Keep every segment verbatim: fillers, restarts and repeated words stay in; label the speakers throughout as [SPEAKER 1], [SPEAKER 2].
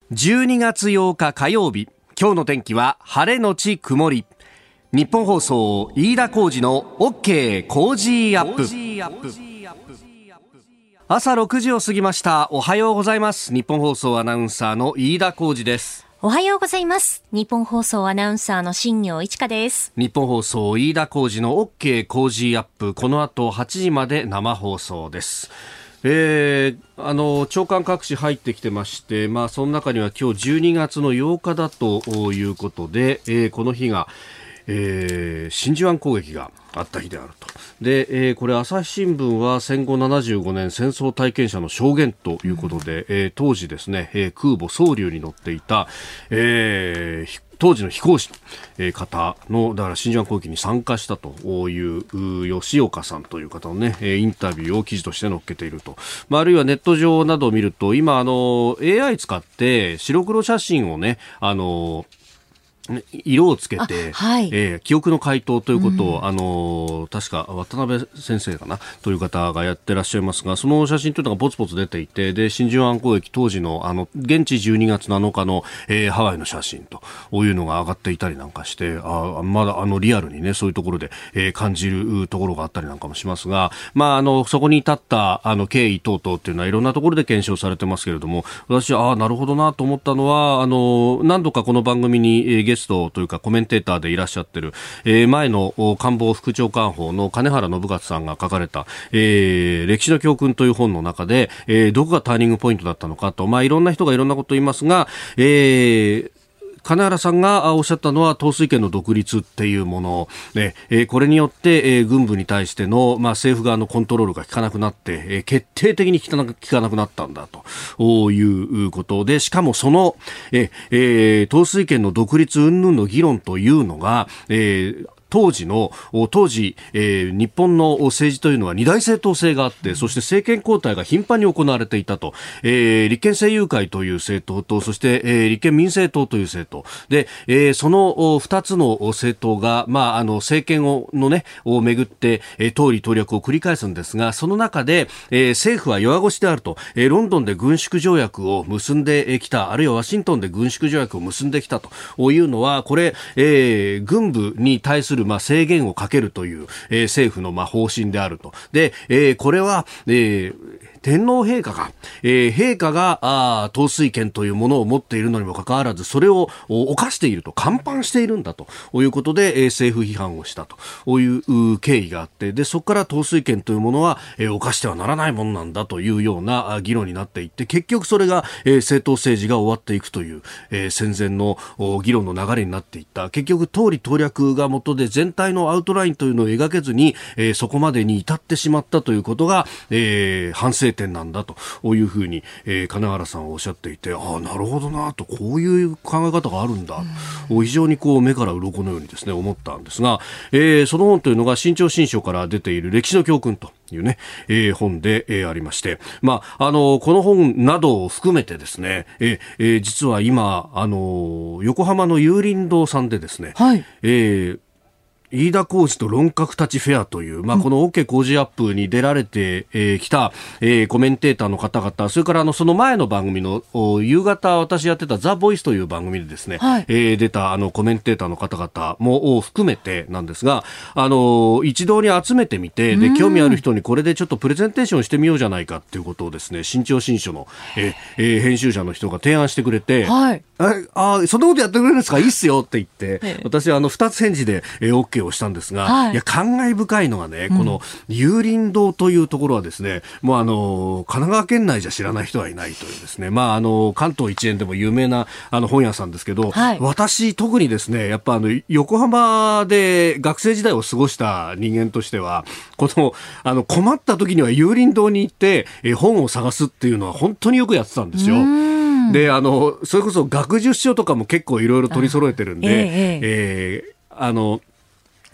[SPEAKER 1] じゅうにがつようか火曜日、今日の天気は晴れのち曇り。日本放送飯田浩司の OK コージーアップ。朝ろくじを過ぎました。おはようございます。日本放送アナウンサーの飯田浩司です。
[SPEAKER 2] おはようございます。日本放送アナウンサーの新業一華です。
[SPEAKER 1] 日本放送飯田浩司の OK コージーアップ、この後はちじまで生放送です。えー、あの朝刊各紙入ってきてまして、まあ、その中には今日じゅうにがつのようかだということで、えー、この日が、えー、真珠湾攻撃があった日であると。で、えー、これ朝日新聞は戦後ななじゅうごねん戦争体験者の証言ということで、うんえー、当時ですね、えー、空母蒼龍に乗っていた、えー、当時の飛行士の方のだから真珠湾攻撃に参加したという吉岡さんという方のねインタビューを記事として載っけていると、まあ、あるいはネット上などを見ると今あの エーアイ 使って白黒写真をねあの色をつけて、はいえー、記憶の回答ということを、うん、あの確か渡辺先生かなという方がやってらっしゃいますが、その写真というのがポツポツ出ていて、で真珠湾攻撃当時のあの現地じゅうにがつなのかの、えー、ハワイの写真というのが上がっていたりなんかして、あまだあのリアルにねそういうところで、えー、感じるところがあったりなんかもしますが、まああのそこに至ったあの経緯等々っていうのはいろんなところで検証されてますけれども、私はあなるほどなと思ったのはあの何度かこの番組に、えー、ゲストというかコメンテーターでいらっしゃってる、えー、前の官房副長官補の金原信勝さんが書かれた、えー、歴史の教訓という本の中で、えー、どこがターニングポイントだったのかと、まあ、いろんな人がいろんなことを言いますが、えー金原さんがおっしゃったのは統帥権の独立っていうもの、ねえー、これによって、えー、軍部に対しての、まあ、政府側のコントロールが効かなくなって、えー、決定的に効かなく、効かなくなったんだということで、しかもその、えーえー、統帥権の独立云々の議論というのが、えー当時の当時、えー、日本の政治というのは二大政党制があって、そして政権交代が頻繁に行われていたと、えー、立憲政友会という政党と、そして、えー、立憲民政党という政党で、えー、その二つの政党が、まあ、あの政権をのねをめぐって、えー、党利党略を繰り返すんですが、その中で、えー、政府は弱腰であると、えー、ロンドンで軍縮条約を結んできた、あるいはワシントンで軍縮条約を結んできたというのは、これ、えー、軍部に対するまあ制限をかけるという、えー、政府のまあ方針であると。で、えー、これは、えー天皇陛下が、えー、陛下があ統帥権というものを持っているのにもかかわらず、それを犯していると、干犯しているんだということで、えー、政府批判をしたという経緯があって、でそこから統帥権というものは、えー、犯してはならないものなんだというような議論になっていって、結局それが、えー、政党政治が終わっていくという、えー、戦前の議論の流れになっていった。結局党利党略が元で全体のアウトラインというのを描けずに、えー、そこまでに至ってしまったということが、えー、反省点なんだというふうに、えー、金原さんはおっしゃっていて、ああなるほどなと、こういう考え方があるんだ、うん、非常にこう目から鱗のようにですね思ったんですが、えー、その本というのが新潮新書から出ている歴史の教訓というね、えー、本で、えー、ありまして、まああのこの本などを含めてですね、えーえー、実は今あの横浜の有林堂さんでですね、はいえー飯田浩司と論客たちフェアという、まあ、この OK 工事アップに出られてき、えー、た、えー、コメンテーターの方々、それからあのその前の番組の夕方私やってたザ・ボイスという番組でですね、はいえー、出たあのコメンテーターの方々も含めてなんですが、あの一堂に集めてみて、で興味ある人にこれでちょっとプレゼンテーションしてみようじゃないかということをですね、新潮新書の、えーえー、編集者の人が提案してくれて、はいああそんなことやってくれるんですか、いいっすよって言って、ええ、私はあのふたつ返事で、えー、OK をしたんですが、はい、いや感慨深いのがね、うん、この有林堂というところはですね、もうあの神奈川県内じゃ知らない人はいないというですね、まああの関東一円でも有名なあの本屋さんですけど、はい、私特にですねやっぱあの横浜で学生時代を過ごした人間としては、このあの困った時には有林堂に行って、えー、本を探すっていうのは本当によくやってたんですよ。であのそれこそ学術書とかも結構いろいろ取り揃えてるんで、えええー、あの学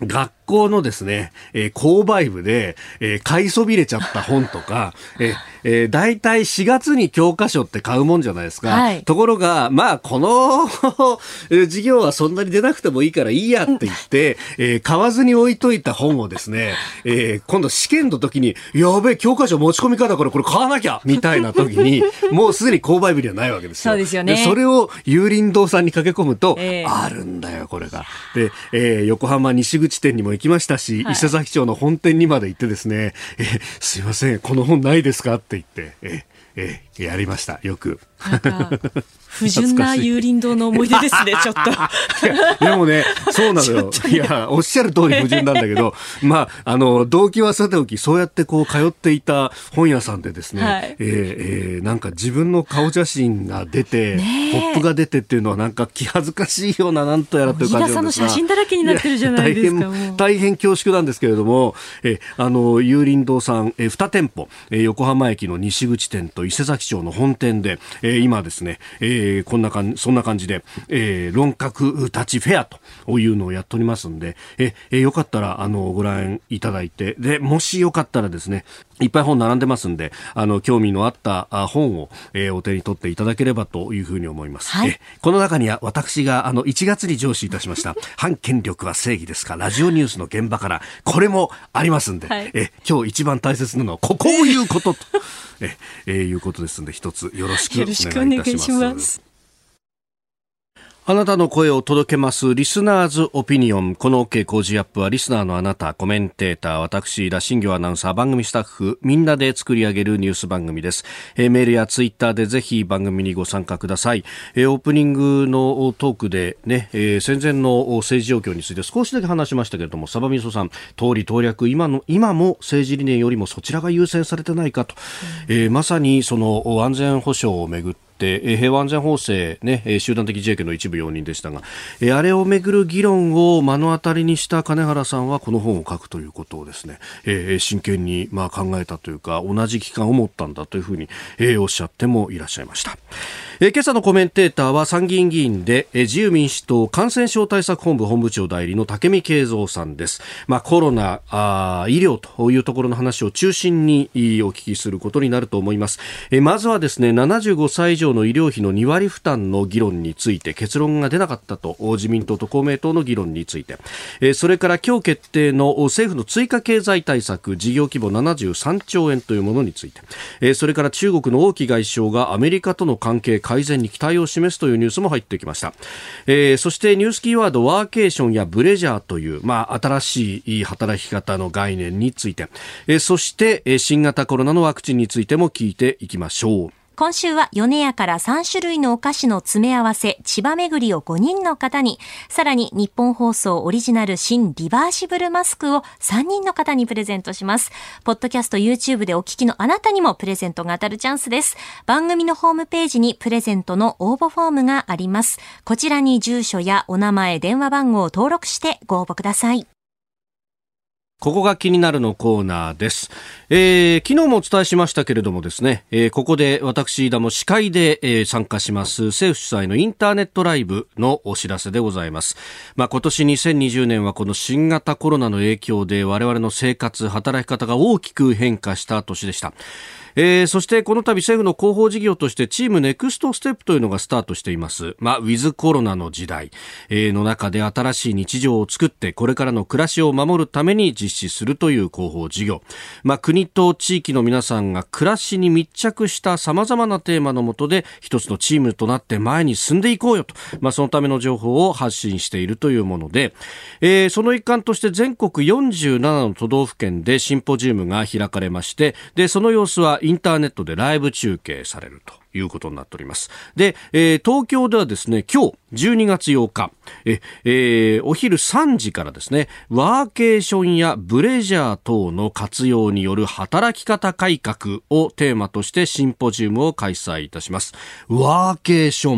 [SPEAKER 1] 校のですね、えー、購買部で、えー、買いそびれちゃった本とか、えーえー、大体しがつに教科書って買うもんじゃないですか。はい、ところが、まあ、この授業はそんなに出なくてもいいからいいやって言って、えー、買わずに置いといた本をですね、えー、今度試験の時に、やべえ、教科書持ち込み方からこれ買わなきゃみたいな時に、もうすでに購買部にはないわけですよ。
[SPEAKER 2] そうですよね。
[SPEAKER 1] でそれを有林堂さんに駆け込むと、えー、あるんだよ、これが。で、えー、横浜西口店にも行きましたし、はい、伊勢崎町の本店にまで行ってですね、えー、すいません、この本ないですかって言って、えーええ、やりましたよく。
[SPEAKER 2] なんか不純な有林堂の思い出ですねちょっと。
[SPEAKER 1] いやでもね、そうなのよ。いやおっしゃる通り不純なんだけど、まああの動機はさておき、そうやってこう通っていた本屋さんでですね、はい、えーえー、なんか自分の顔写真が出て、ポップが出てっていうのはなんか気恥ずかしいようななんとやらという感じなんですが、
[SPEAKER 2] 飯田さんの写真だらけになってるじゃないですか。
[SPEAKER 1] 大変大変恐縮なんですけれども、えあの有林堂さん、えに店舗、え横浜駅の西口店と伊勢崎町の本店で、えー、今ですね、えー、こんなかんそんな感じで、えー、論客たちフェアというのをやっておりますんで、えー、よかったらあのご覧いただいて、でもしよかったらですね、いっぱい本並んでますんで、あの興味のあった本を、えー、お手に取っていただければというふうに思います。はい、えこの中には私があのいちがつに上司いたしました反権力は正義ですかラジオニュースの現場からこれもありますんで、はい、え今日一番大切なのはここういうこととええー、いうことですので、一つよろしくお願いいたします。よろしくお願いします。あなたの声を届けますリスナーズオピニオン。この OK 工事アップはリスナーのあなた、コメンテーター、私田新行アナウンサー、番組スタッフみんなで作り上げるニュース番組です。えー、メールやツイッターでぜひ番組にご参加ください。えー、オープニングのトークでね、えー、戦前の政治状況について少しだけ話しましたけれども、サバミソさん、通り通略今の今も政治理念よりもそちらが優先されてないかと、うんえー、まさにその安全保障をめぐって平和安全法制、ね、集団的自衛権の一部容認でしたが、あれをめぐる議論を目の当たりにした金原さんはこの本を書くということをですね、えー、真剣にまあ考えたというか、同じ期間を持ったんだというふうに、えー、おっしゃってもいらっしゃいました。えー、今朝のコメンテーターは参議院議員で、えー、自由民主党感染症対策本部本部長代理の武見敬三さんです。まあ、コロナあ医療というところの話を中心にお聞きすることになると思います。えー、まずはですね、ななじゅうごさい以上の医療費のに割負担の議論について結論が出なかったと、自民党と公明党の議論について、えー、それから今日決定の政府の追加経済対策事業規模ななじゅうさんちょうえんというものについて、えー、それから中国の王毅外相がアメリカとの関係改善に期待を示すというニュースも入ってきました。えー、そしてニュースキーワードワーケーションやブレジャーという、まあ、新しい働き方の概念について、えー、そして新型コロナのワクチンについても聞いていきましょう。
[SPEAKER 2] 今週は米屋からさん種類のお菓子の詰め合わせ千葉巡りをごにんの方に、さらに日本放送オリジナル新リバーシブルマスクをさんにんの方にプレゼントします。ポッドキャスト YouTube でお聞きのあなたにもプレゼントが当たるチャンスです。番組のホームページにプレゼントの応募フォームがあります。こちらに住所やお名前、電話番号を登録してご応募ください。
[SPEAKER 1] ここが気になるのコーナーです。えー、昨日もお伝えしましたけれどもですね、えー、ここで私田も司会で、えー、参加します政府主催のインターネットライブのお知らせでございます。まあ、今年にせんにじゅうねんはこの新型コロナの影響で我々の生活、働き方が大きく変化した年でした。えー、そしてこの度政府の広報事業としてチームネクストステップというのがスタートしています。まあ、ウィズコロナの時代、えー、の中で新しい日常を作ってこれからの暮らしを守るために実施するという広報事業。まあ、国と地域の皆さんが暮らしに密着した様々なテーマの下で一つのチームとなって前に進んでいこうよと、まあ、そのための情報を発信しているというもので、えー、その一環として全国よんじゅうななの都道府県でシンポジウムが開かれまして、でその様子はインターネットでライブ中継されるということになっております。で、えー、東京ではですね、今日じゅうにがつようか、え、えー、お昼さんじからですね、ワーケーションやブレジャー等の活用による働き方改革をテーマとしてシンポジウムを開催いたします。ワーケーション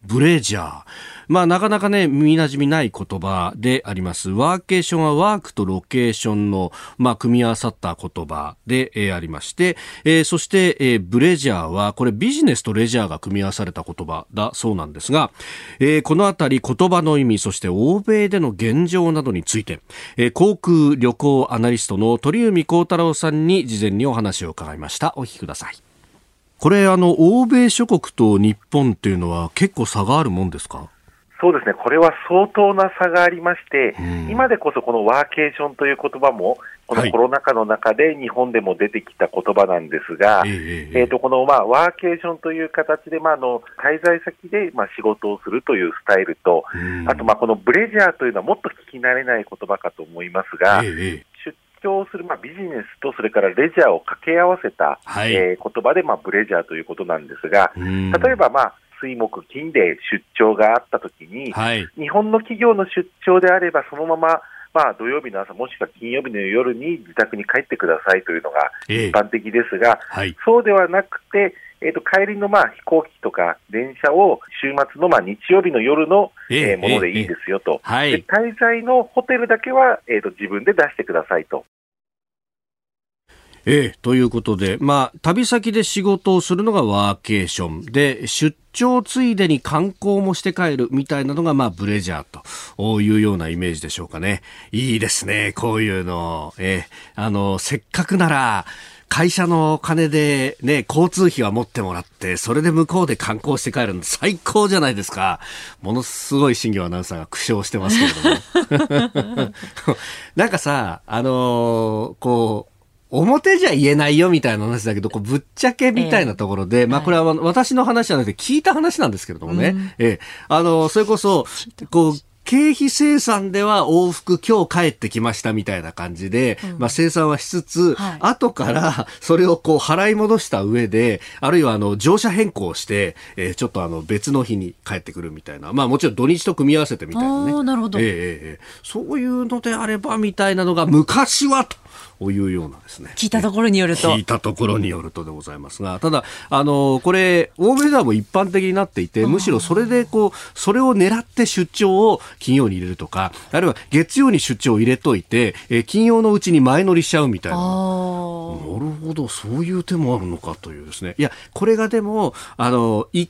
[SPEAKER 1] ブレジャー。まあなかなかね、見馴染みない言葉であります。ワーケーションはワークとロケーションの、まあ組み合わさった言葉で、えー、ありまして、えー、そして、えー、ブレジャーは、これビジネスとレジャーが組み合わされた言葉だそうなんですが、えー、このあたり言葉の意味、そして欧米での現状などについて、えー、航空旅行アナリストの鳥海高太郎さんに事前にお話を伺いました。お聞きください。これ、あの、欧米諸国と日本っていうのは結構差があるもんですか？
[SPEAKER 3] そうですね、これは相当な差がありまして、うん、今でこそこのワーケーションという言葉も、このコロナ禍の中で日本でも出てきた言葉なんですが、はい、えー、えーとこのまあワーケーションという形で、まあ、あの滞在先でまあ仕事をするというスタイルと、うん、あとまあこのブレジャーというのはもっと聞き慣れない言葉かと思いますが、えー、出張するまあビジネスとそれからレジャーを掛け合わせた、はい、えー、言葉でまあブレジャーということなんですが、うん、例えばまあ水木金で出張があったときに、はい、日本の企業の出張であればそのまま、まあ、土曜日の朝もしくは金曜日の夜に自宅に帰ってくださいというのが一般的ですが、えーはい、そうではなくて、えー、と帰りのまあ飛行機とか電車を週末のまあ日曜日の夜の、えーえー、ものでいいですよと、えーえー、で滞在のホテルだけは、えー、と自分で出してくださいと。
[SPEAKER 1] ええ、ということで、まあ、旅先で仕事をするのがワーケーションで、出張ついでに観光もして帰るみたいなのが、まあ、ブレジャーというようなイメージでしょうかね。いいですね、こういうの。ええ、あの、せっかくなら、会社の金でね、交通費は持ってもらって、それで向こうで観光して帰るの最高じゃないですか。ものすごい新業アナウンサーが苦笑してますけれども。なんかさ、あのー、こう、表じゃ言えないよみたいな話だけど、こうぶっちゃけみたいなところで、えー、まあこれは私の話じゃなくて聞いた話なんですけれどもね、うん、えー、あの、それこそ、こう、経費生産では往復今日帰ってきましたみたいな感じで、うん、まあ生産はしつつ、はい、後からそれをこう払い戻した上で、あるいはあの乗車変更して、えー、ちょっとあの別の日に帰ってくるみたいな、まあもちろん土日と組み合わせてみたいなね。
[SPEAKER 2] あ、なるほど。
[SPEAKER 1] えーえー、そういうのであればみたいなのが昔はと。こういうようなですね。
[SPEAKER 2] 聞いたところによると。
[SPEAKER 1] 聞いたところによるとでございますが、ただ、あの、これ、欧米ではもう一般的になっていて、むしろそれでこう、それを狙って出張を金曜に入れるとか、あるいは月曜に出張を入れといて、えー、金曜のうちに前乗りしちゃうみたいな。なるほど、そういう手もあるのかというですね。いや、これがでも、あの、行って、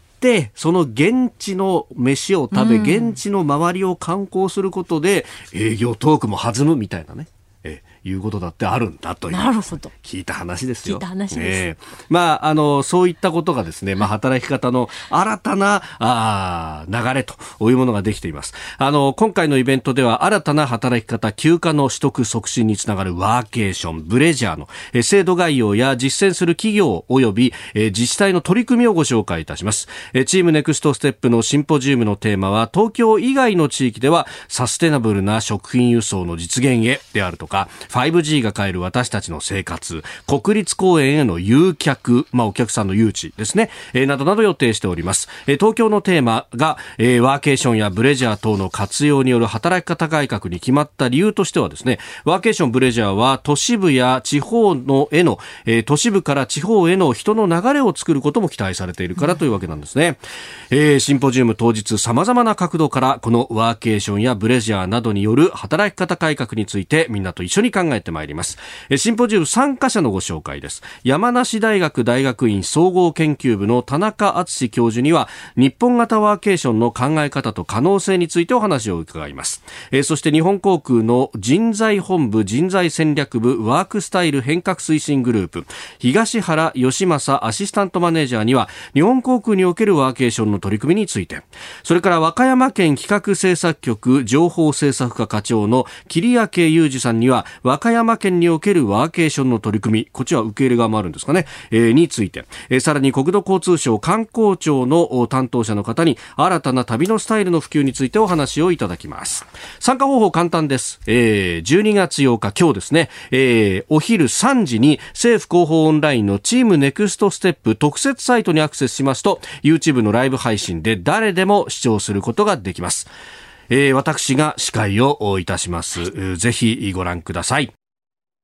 [SPEAKER 1] その現地の飯を食べ、うん、現地の周りを観光することで、営業トークも弾むみたいなね。えーいうことだってあるんだという。
[SPEAKER 2] なるほど。
[SPEAKER 1] 聞いた話ですよ。
[SPEAKER 2] 聞いた話です。
[SPEAKER 1] ね、まあ、あの、そういったことがですね、まあ、働き方の新たな、あ流れというものができています。あの、今回のイベントでは、新たな働き方、休暇の取得促進につながるワーケーション、ブレジャーのえ制度概要や実践する企業及びえ自治体の取り組みをご紹介いたします。えチームネクストステップのシンポジウムのテーマは、東京以外の地域では、サステナブルな食品輸送の実現へであるとか、ファイブジー が変える私たちの生活、国立公園への誘客、まあ、お客さんの誘致ですね、えー、などなど予定しております。えー、東京のテーマが、えー、ワーケーションやブレジャー等の活用による働き方改革に決まった理由としてはですね、ワーケーションブレジャーは都市部や地方のへの、えー、都市部から地方への人の流れを作ることも期待されているからというわけなんですね。えー、シンポジウム当日、様々な角度からこのワーケーションやブレジャーなどによる働き方改革についてみんなと一緒に考えてまいります。シンポジウム参加者のご紹介です。山梨大学大学院総合研究部の田中敦教授には、日本型ワーケーションの考え方と可能性についてお話を伺います。そして日本航空の人材本部人材戦略部ワークスタイル変革推進グループ、東原義正アシスタントマネージャーには、日本航空におけるワーケーションの取り組みについて、それから和歌山県企画制作局情報制作課課長の桐明裕二さんには、和歌山県におけるワーケーションの取り組み、こちら受け入れ側もあるんですかね、えー、について、えー、さらに国土交通省観光庁の担当者の方に新たな旅のスタイルの普及についてお話をいただきます。参加方法簡単です。えー、じゅうにがつようか今日ですね、えー、お昼さんじに政府広報オンラインのチームネクストステップ特設サイトにアクセスしますと YouTube のライブ配信で誰でも視聴することができます。えー、私が司会をいたします。ぜひご覧ください。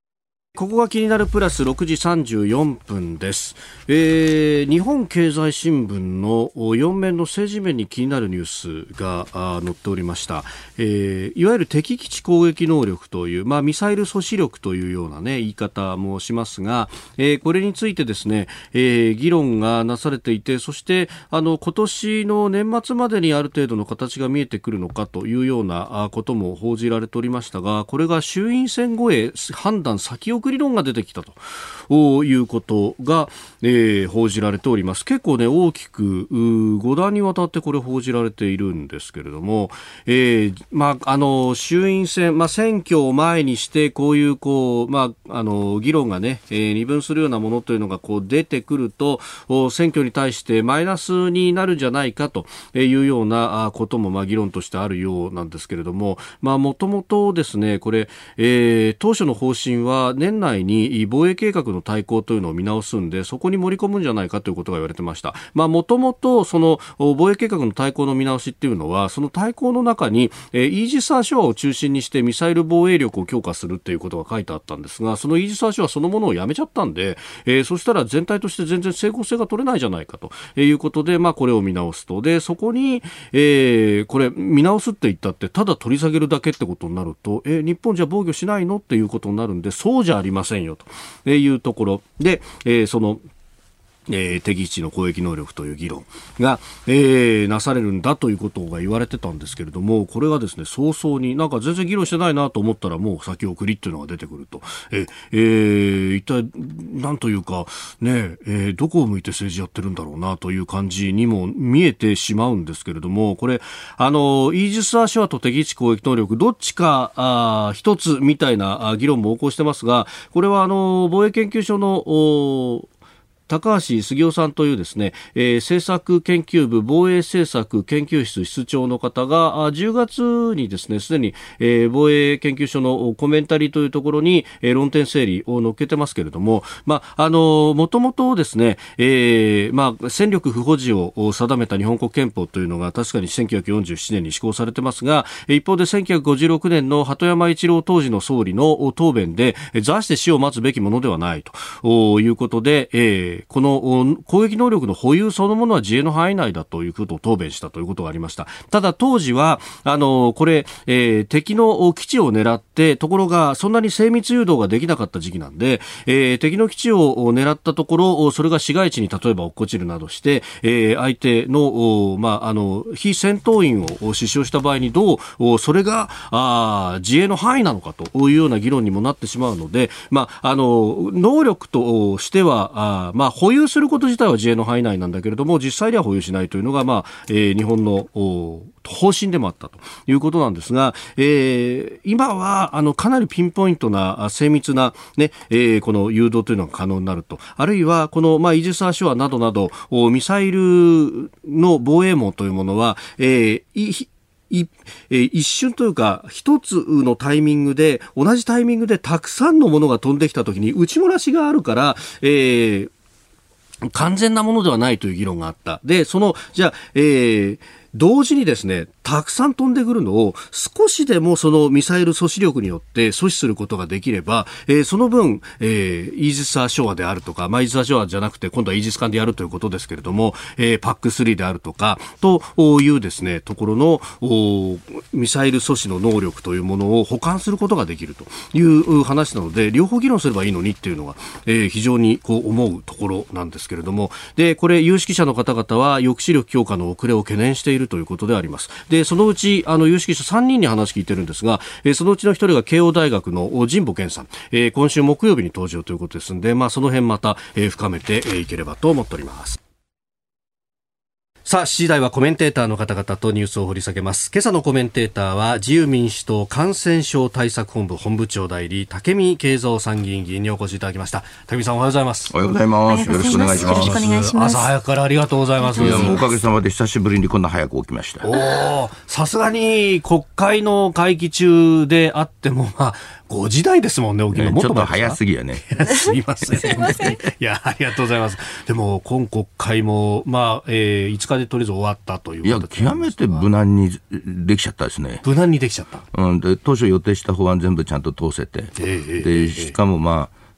[SPEAKER 1] ここが気になるプラスろくじさんじゅうよんぷんです、えー、日本経済新聞のよん面の政治面に気になるニュースが載っておりました、えー、いわゆる敵基地攻撃能力という、まあ、ミサイル阻止力というような、ね、言い方もしますが、えー、これについてですね、えー、議論がなされていて、そしてあの今年の年末までにある程度の形が見えてくるのかというようなことも報じられておりましたが、これが衆院選後へ判断先送り論が出てきたということが、えー、報じられております。結構ね大きくご段にわたってこれ報じられているんですけれども、えーまあ、あの衆院選、まあ、選挙を前にしてこういう、こう、まあ、あの議論がね、えー、二分するようなものというのがこう出てくると選挙に対してマイナスになるんじゃないかというようなことも、まあ、議論としてあるようなんですけれども、もともとですねこれ、えー、当初の方針は年内に防衛計画の大綱というのを見直すんで、そこに盛り込むんじゃないかということが言われてました。もともとその防衛計画の大綱の見直しっていうのは、その大綱の中に、えー、イージス・アショアを中心にしてミサイル防衛力を強化するっていうことが書いてあったんですが、そのイージス・アショアそのものをやめちゃったんで、えー、そしたら全体として全然整合性が取れないじゃないかということで、まあ、これを見直すと。でそこに、えー、これ見直すって言ったってただ取り下げるだけってことになると、えー、日本じゃ防御しないのっていうことになるんで、そうじゃありませんよというところで、えー、そのえー、敵基地の攻撃能力という議論が、えー、なされるんだということが言われてたんですけれども、これがですね早々になんか全然議論してないなと思ったらもう先送りっていうのが出てくると、えーえー、一体なんというかね、えー、どこを向いて政治やってるんだろうなという感じにも見えてしまうんですけれども、これあのイージス・アショアと敵基地攻撃能力どっちかあ一つみたいな議論も横行してますが、これはあの防衛研究所の高橋杉雄さんというですね、えー、政策研究部防衛政策研究室室長の方がじゅうがつにですねすでに、えー、防衛研究所のコメンタリーというところに、えー、論点整理を載っけてますけれども、まあ、あのもともとですね、えーまあ、戦力不保持を定めた日本国憲法というのが確かにせんきゅうひゃくよんじゅうななねんに施行されてますが、一方でせんきゅうひゃくごじゅうろくねんの鳩山一郎当時の総理の答弁で座して死を待つべきものではないということで、えーこの攻撃能力の保有そのものは自衛の範囲内だということを答弁したということがありました。ただ当時はあのこれ、えー、敵の基地を狙ってところがそんなに精密誘導ができなかった時期なんで、えー、敵の基地を狙ったところそれが市街地に例えば落っこちるなどして、えー、相手の、まあ、あの非戦闘員を死傷した場合にどうそれがあ自衛の範囲なのかというような議論にもなってしまうので、まあ、あの能力としてはあ、まあ、保有すること自体は自衛の範囲内なんだけれども実際には保有しないというのが、まあえー、日本の方針でもあったということなんですが、えー、今はあのかなりピンポイントな精密な、ねえー、この誘導というのが可能になると、あるいはこの、まあ、イージス・アショアなどなどミサイルの防衛網というものは、えーい一瞬というか一つのタイミングで同じタイミングでたくさんのものが飛んできたときに打ち漏らしがあるから、えー、完全なものではないという議論があった。で、そのじゃあ、えー同時にですねたくさん飛んでくるのを少しでもそのミサイル阻止力によって阻止することができれば、えー、その分、えー、イージス・アショアであるとか、まあ、イージス・アショアじゃなくて今度はイージス艦でやるということですけれども、えー、パックスリーであるとかというですねところのミサイル阻止の能力というものを補完することができるという話なので、両方議論すればいいのにっていうのが、えー、非常にこう思うところなんですけれども、でこれ有識者の方々は抑止力強化の遅れを懸念しているということであります。でそのうちあの有識者さんにんに話聞いてるんですが、えー、そのうちのひとりが慶応大学の神保健さん、えー、今週木曜日に登場ということですので、まあ、その辺また、えー、深めてい、えー、ければと思っております。さあしちじ台はコメンテーターの方々とニュースを掘り下げます。今朝のコメンテーターは自由民主党感染症対策本部本部長代理武見敬三参議院議員にお越しいただきました。武見さんおはようございます。
[SPEAKER 4] おはようございます。よろしくお願いします。
[SPEAKER 1] 朝早くからありがとうございます。
[SPEAKER 4] いやもうおかげさまで久しぶりにこんな早く起きました。
[SPEAKER 1] おさすがに国会の会期中であってもまあごじ台ですもんね、起きるの、
[SPEAKER 4] ね、ちょっと早すぎやね。
[SPEAKER 1] すいません。すいません。いや、ありがとうございます。でも、今国会も、まあ、えー、いつかでとりあえず終わったということで。
[SPEAKER 4] いや、極めて無難にできちゃったですね。
[SPEAKER 1] 無難にできちゃった。
[SPEAKER 4] うん、で、当初予定した法案全部ちゃんと通せて。えー、で、しかもまあ、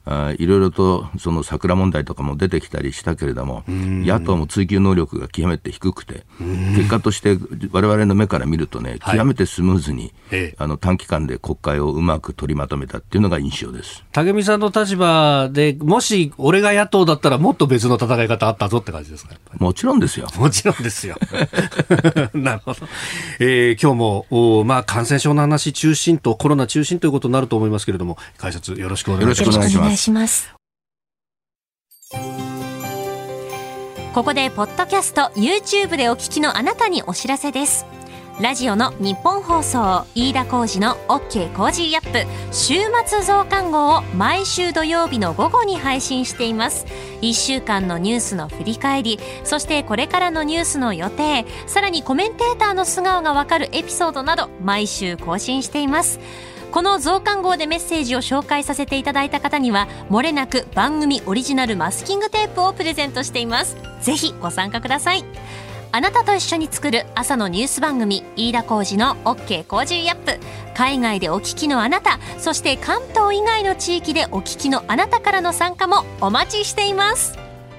[SPEAKER 4] あいろいろとその桜問題とかも出てきたりしたけれども、野党も追及能力が極めて低くて、結果として我々の目から見るとね、極めてスムーズに、はい、あの短期間で国会をうまく取りまとめたっていうのが印象です。
[SPEAKER 1] 武見さんの立場でもし俺が野党だったらもっと別の戦い方あったぞって感じですか？
[SPEAKER 4] もちろんですよ。
[SPEAKER 1] もちろんですよ。なるほど。えー、今日もお、まあ、感染症の話中心とコロナ中心ということになると思いますけれども、解説よろしくお願いします。
[SPEAKER 2] よろしくお願いします。ここでポッドキャスト YouTube でお聞きのあなたにお知らせです。ラジオの日本放送飯田浩司の OK コージーアップ週末増刊号を毎週土曜日の午後に配信しています。いっしゅうかんのニュースの振り返り、そしてこれからのニュースの予定、さらにコメンテーターの素顔がわかるエピソードなど毎週更新しています。この増刊号でメッセージを紹介させていただいた方には漏れなく番組オリジナルマスキングテープをプレゼントしています。ぜひご参加ください。あなたと一緒に作る朝のニュース番組飯田浩司の OK コージーアップ。海外でお聞きのあなた、そして関東以外の地域でお聞きのあなたからの参加もお待ちしています。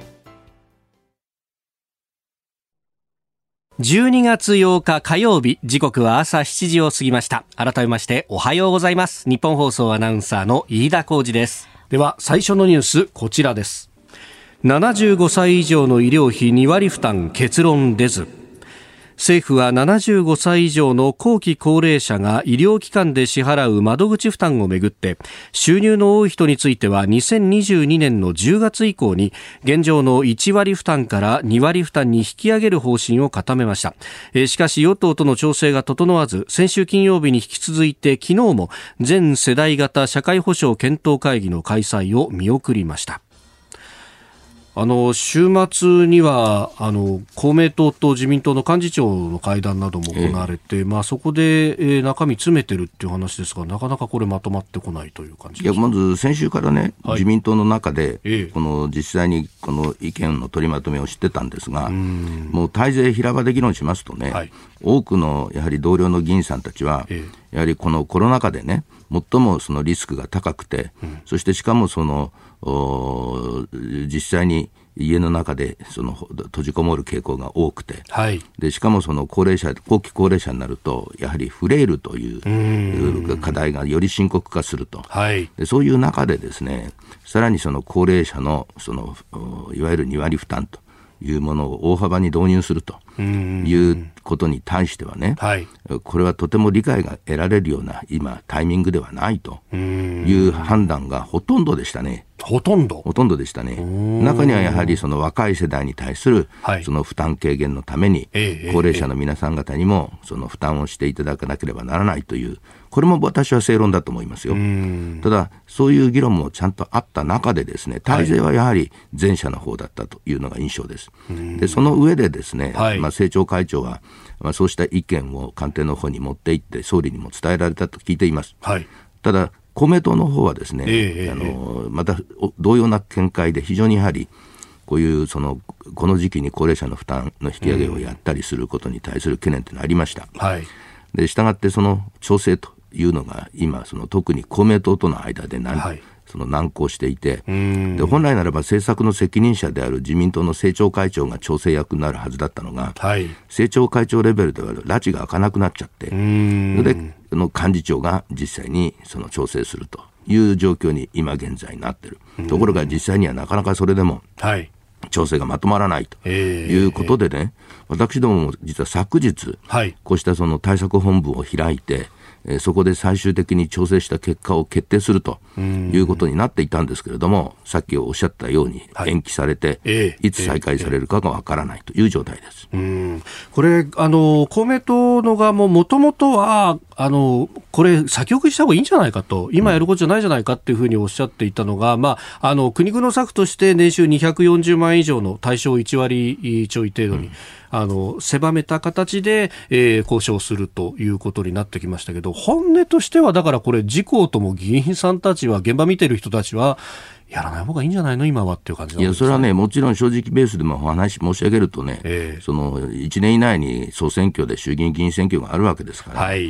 [SPEAKER 1] じゅうにがつようか火曜日、時刻は朝しちじを過ぎました。改めましておはようございます。日本放送アナウンサーの飯田浩司です。では最初のニュース、こちらです。ななじゅうごさい以上の医療費にわり負担結論出ず。政府はななじゅうごさい以上の後期高齢者が医療機関で支払う窓口負担をめぐって、収入の多い人についてはにせんにじゅうにねんのじゅうがつ以降に現状のいちわり負担からにわり負担に引き上げる方針を固めました。えしかし与党との調整が整わず、先週金曜日に引き続いて昨日も全世代型社会保障検討会議の開催を見送りました。あの週末にはあの公明党と自民党の幹事長の会談なども行われて、ええまあ、そこで、えー、中身詰めてるっていう話ですが、なかなかこれまとまってこないという感じです。
[SPEAKER 4] いやまず先週からね、はい、自民党の中で、
[SPEAKER 1] ええ、
[SPEAKER 4] この実際にこの意見の取りまとめをしてたんですが、うんもう大勢平場で議論しますとね、はい、多くのやはり同僚の議員さんたちは、ええ、やはりこのコロナ禍でね最もそのリスクが高くて、うん、そしてしかもその実際に家の中でその閉じこもる傾向が多くて、はい、でしかもその高齢者後期高齢者になるとやはりフレイルという課題がより深刻化すると、はい、でそういう中でですね、さらにその高齢者のそのいわゆるにわり負担というものを大幅に導入するということに対してはね、はい、これはとても理解が得られるような今タイミングではないという判断がほとんどでしたね。
[SPEAKER 1] ほとんど
[SPEAKER 4] ほとんどでしたね。中にはやはりその若い世代に対するその負担軽減のために高齢者の皆さん方にもその負担をしていただかなければならないという、これも私は正論だと思いますよ。ただそういう議論もちゃんとあった中でですね、大勢はやはり前者の方だったというのが印象です。でその上でですね、はいまあ、政調会長は、まあ、そうした意見を官邸の方に持っていって総理にも伝えられたと聞いています。はい、ただ公明党の方はですね、えー、あのまた同様な見解で非常にやはりこういうそのこの時期に高齢者の負担の引き上げをやったりすることに対する懸念というのがありました。はい、でしたがってその調整というのが今その特に公明党との間で何、はいその難航していて、で本来ならば政策の責任者である自民党の政調会長が調整役になるはずだったのが、はい、政調会長レベルでは拉致が開かなくなっちゃって、での幹事長が実際にその調整するという状況に今現在なっている。ところが実際にはなかなかそれでも、はい、調整がまとまらないということでね、私どもも実は昨日、はい、こうしたその対策本部を開いてえー、そこで最終的に調整した結果を決定するということになっていたんですけれども、さっきおっしゃったように延期されて、はいえー、いつ再開されるかがわからないという状態です。
[SPEAKER 1] うん、これあの公明党の側ももともとはあのこれ先送りした方がいいんじゃないかと、今やることじゃないじゃないかっていうふうにおっしゃっていたのが、まあ、あの苦肉の策として年収にひゃくよんじゅうまんえん以上の対象いちわりちょい程度に、うんあの狭めた形で、えー、交渉するということになってきましたけど、本音としてはだからこれ自公とも議員さんたちは現場見てる人たちはやらない方がいいんじゃないの今はっていう感じなんですか。
[SPEAKER 4] いやそれはねもちろん正直ベースでもお話申し上げるとね、えー、そのいちねん以内に総選挙で衆議院議員選挙があるわけですから、はい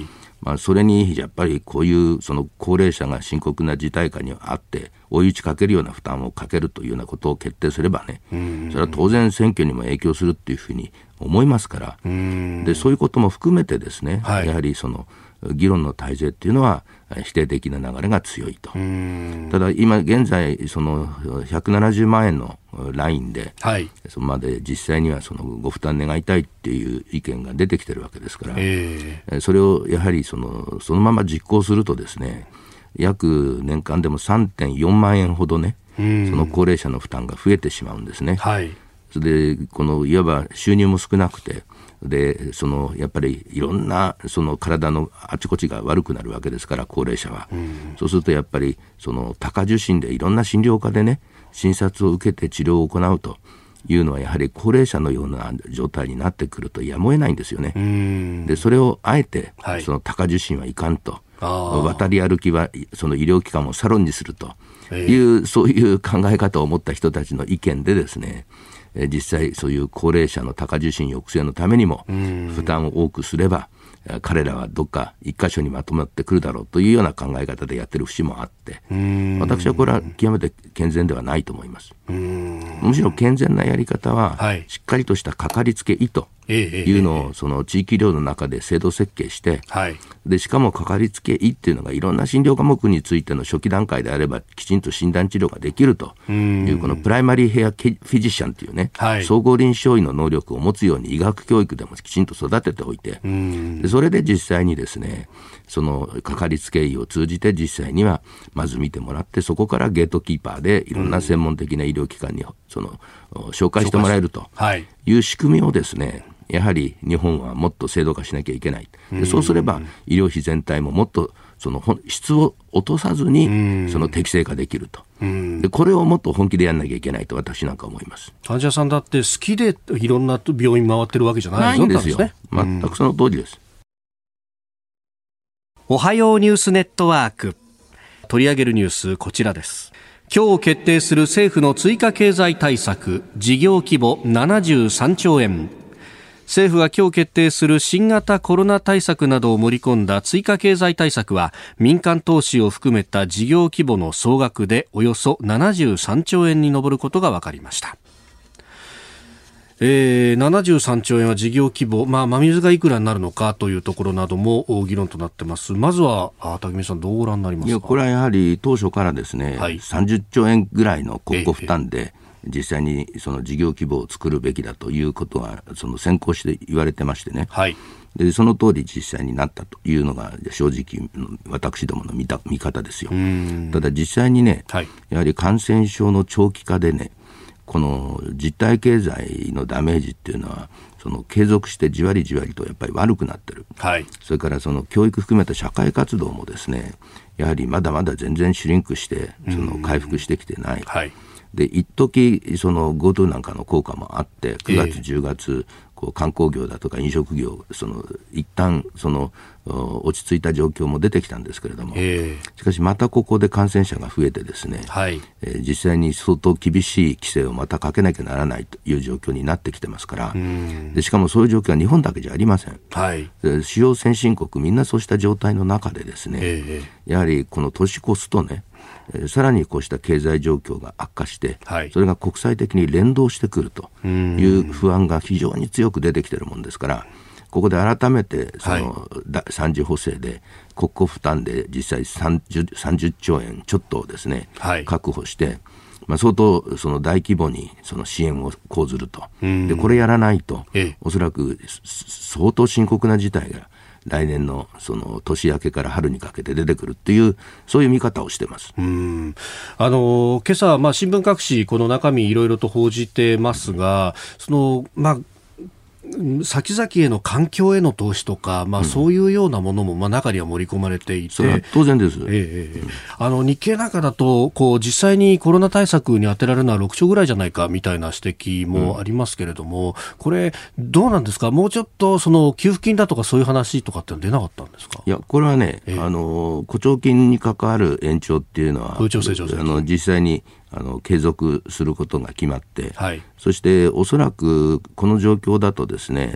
[SPEAKER 4] まあ、それにやっぱりこういうその高齢者が深刻な事態下にあって追い打ちかけるような負担をかけるというようなことを決定すればね、それは当然選挙にも影響するっていうふうに思いますから、でそういうことも含めてですね、はい、やはりその議論の体制っていうのは否定的な流れが強いと。ただ今現在そのひゃくななじゅうまんえんのラインで、はい、そこまで実際にはそのご負担願いたいっていう意見が出てきてるわけですから、えー、それをやはりそのそのまま実行するとですね、約年間でも さんてんよんまんえんほどね、その高齢者の負担が増えてしまうんですね。はい、それでこのいわば収入も少なくて、でそのやっぱりいろんなその体のあちこちが悪くなるわけですから、高齢者は、うん、そうするとやっぱりその多科受診でいろんな診療科でね診察を受けて治療を行うというのはやはり高齢者のような状態になってくるとやむを得ないんですよね。うん、でそれをあえて、はい、その多科受診はいかんと、渡り歩きはその医療機関をサロンにするという、えー、そういう考え方を持った人たちの意見でですね、実際そういう高齢者の多科受診抑制のためにも負担を多くすれば彼らはどっか一箇所にまとまってくるだろうというような考え方でやってる節もあって、私はこれは極めて健全ではないと思います。むしろ健全なやり方はしっかりとしたかかりつけ医というのをその地域医療の中で制度設計して、でしかもかかりつけ医っていうのがいろんな診療科目についての初期段階であればきちんと診断治療ができるというこのプライマリーヘアフィジシャンというね、総合臨床医の能力を持つように医学教育でもきちんと育てておいて、でそれで実際にですねそのかかりつけ医を通じて実際にはまず見てもらって、そこからゲートキーパーでいろんな専門的な医療機関にその紹介してもらえるという仕組みをですね、やはり日本はもっと制度化しなきゃいけない。でそうすれば医療費全体ももっとその質を落とさずにその適正化できると。でこれをもっと本気でやらなきゃいけないと私なんか思います。
[SPEAKER 1] 患者さんだって好きでいろんな病院回ってるわけじゃない
[SPEAKER 4] んですよ。全くその通りです。
[SPEAKER 1] おはようニュースネットワーク、取り上げるニュースこちらです。今日決定する政府の追加経済対策、事業規模ななじゅうさんちょうえん。政府が今日決定する新型コロナ対策などを盛り込んだ追加経済対策は、民間投資を含めた事業規模の総額でおよそななじゅうさんちょうえんに上ることが分かりました。えー、ななじゅうさんちょうえんは事業規模、まあ、真水がいくらになるのかというところなども議論となってます。まずは竹見さん、どうご覧になりますか。
[SPEAKER 4] いやこれはやはり当初からですね、はい、さんじゅっちょうえんぐらいの国庫負担で、えー実際にその事業規模を作るべきだということがその先行して言われてましてね、はい、でその通り実際になったというのが正直私どもの 見た見方ですよ。ただ実際にね、はい、やはり感染症の長期化でね、この実体経済のダメージっていうのはその継続してじわりじわりとやっぱり悪くなってる、はい、それからその教育含めた社会活動もですね、やはりまだまだ全然シュリンクしてその回復してきてない、はい、で一時その GoTo なんかの効果もあってくがつじゅうがつ、こう観光業だとか飲食業その一旦その落ち着いた状況も出てきたんですけれども、えー、しかしまたここで感染者が増えてですね、はいえー、実際に相当厳しい規制をまたかけなきゃならないという状況になってきてますから、でしかもそういう状況は日本だけじゃありません、はい、主要先進国みんなそうした状態の中でですね、えー、やはりこの年越すとね、さらにこうした経済状況が悪化して、はい、それが国際的に連動してくるという不安が非常に強く出てきているものですから、ここで改めてその、はい、さん次補正で国庫負担で実際 さんじゅう, さんじゅっちょうえんちょっとをですね、はい、確保して、まあ、相当その大規模にその支援を講ずると。でこれやらないと、ええ、おそらく相当深刻な事態が来年のその年明けから春にかけて出てくるっていうそういう見方をしてます。
[SPEAKER 1] うーんあの今朝、まあ、新聞各紙この中身いろいろと報じてますが、そのまあ先々への環境への投資とか、まあ、そういうようなものもまあ中には盛り込まれていて、
[SPEAKER 4] それは当然です、
[SPEAKER 1] ええ、あの日経なんかだとこう実際にコロナ対策に充てられるのはろくちょうぐらいじゃないかみたいな指摘もありますけれども、うん、これどうなんですか。もうちょっとその給付金だとかそういう話とかって出なかったんですか。
[SPEAKER 4] いやこれはね、ええ、あの雇調金に関わる延長っていうのは
[SPEAKER 1] 雇調成長
[SPEAKER 4] あの実際にあの継続することが決まって、はい、そしておそらくこの状況だとですね、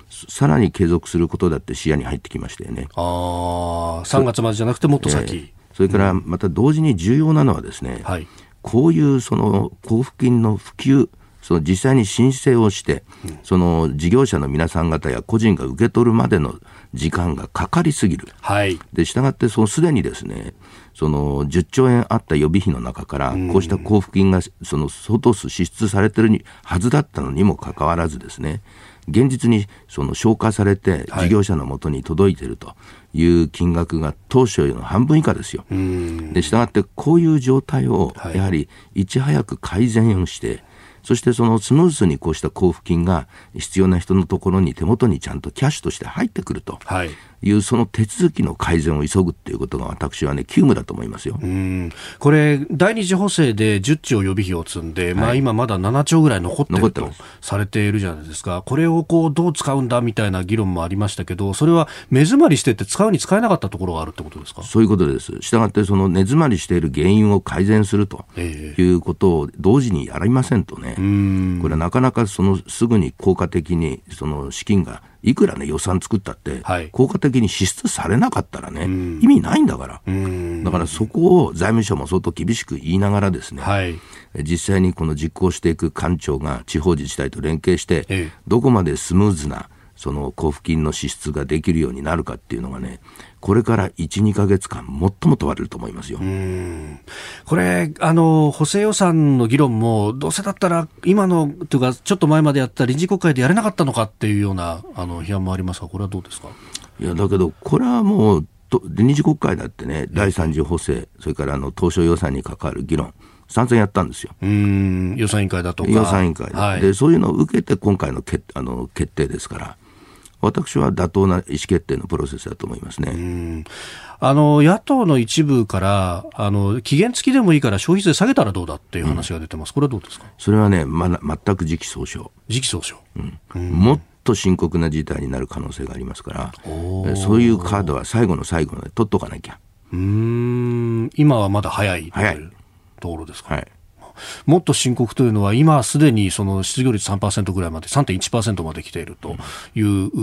[SPEAKER 4] さらに継続することだって視野に入ってきましたよね。
[SPEAKER 1] あさんがつまでじゃなくてもっと先、えー、
[SPEAKER 4] それからまた同時に重要なのはですね、うんはい、こういうその交付金の普及、その実際に申請をして、うん、その事業者の皆さん方や個人が受け取るまでの時間がかかりすぎる、はい、でしたがってそのすでにですねそのじゅっちょうえんあった予備費の中からこうした交付金がその相当数支出されているはずだったのにもかかわらずですね、現実にその消化されて事業者のもとに届いているという金額が当初よりの半分以下ですよ。でしたがってこういう状態をやはりいち早く改善をして、そしてそのスムーズにこうした交付金が必要な人のところに手元にちゃんとキャッシュとして入ってくるという、その手続きの改善を急ぐということが私はね急務だと思いますよ。
[SPEAKER 1] うん、これ第二次補正でじゅっちょう予備費を積んで、はい、まあ、今まだななちょうぐらい残っているとされているじゃないですか。これをこうどう使うんだみたいな議論もありましたけど、それは目詰まりしてて使うに使えなかったところがあるってことですか。
[SPEAKER 4] そういうことです。したがってその根詰まりしている原因を改善するということを同時にやりませんとね、えー、これはなかなかそのすぐに効果的にその資金がいくらね予算作ったって、はい、効果的に支出されなかったらね意味ないんだから。だからそこを財務省も相当厳しく言いながらですね、はい、実際にこの実行していく官庁が地方自治体と連携して、ええ、どこまでスムーズなその交付金の支出ができるようになるかっていうのがね、これから いちにかげつかん最も問われると思いますよ。
[SPEAKER 1] うーん、これあの補正予算の議論もどうせだったら今のというかちょっと前までやった臨時国会でやれなかったのかっていうようなあの批判もありますが、これはどうですか。
[SPEAKER 4] いやだけどこれはもう臨時国会だってね、だいさん次補正、それからあの当初予算に関わる議論散々やったんですよ。
[SPEAKER 1] うーん、予算委員会だとか
[SPEAKER 4] 予算委員会 で,、はい、でそういうのを受けて今回の 決, あの決定ですから、私は妥当な意思決定のプロセスだと思いますね。
[SPEAKER 1] うん、あの野党の一部からあの期限付きでもいいから消費税下げたらどうだっていう話が出てます、うん、これはどうですか。
[SPEAKER 4] それはね、ま、全く時期尚早。
[SPEAKER 1] 時期尚早、
[SPEAKER 4] うんうん、もっと深刻な事態になる可能性がありますから、そういうカードは最後の最後まで取っとかなきゃ。
[SPEAKER 1] うーん、今はまだ早いというところですか。はい、もっと深刻というのは今すでにその失業率 さんパーセント ぐらいまで さんてんいちパーセント まで来ているという、うん、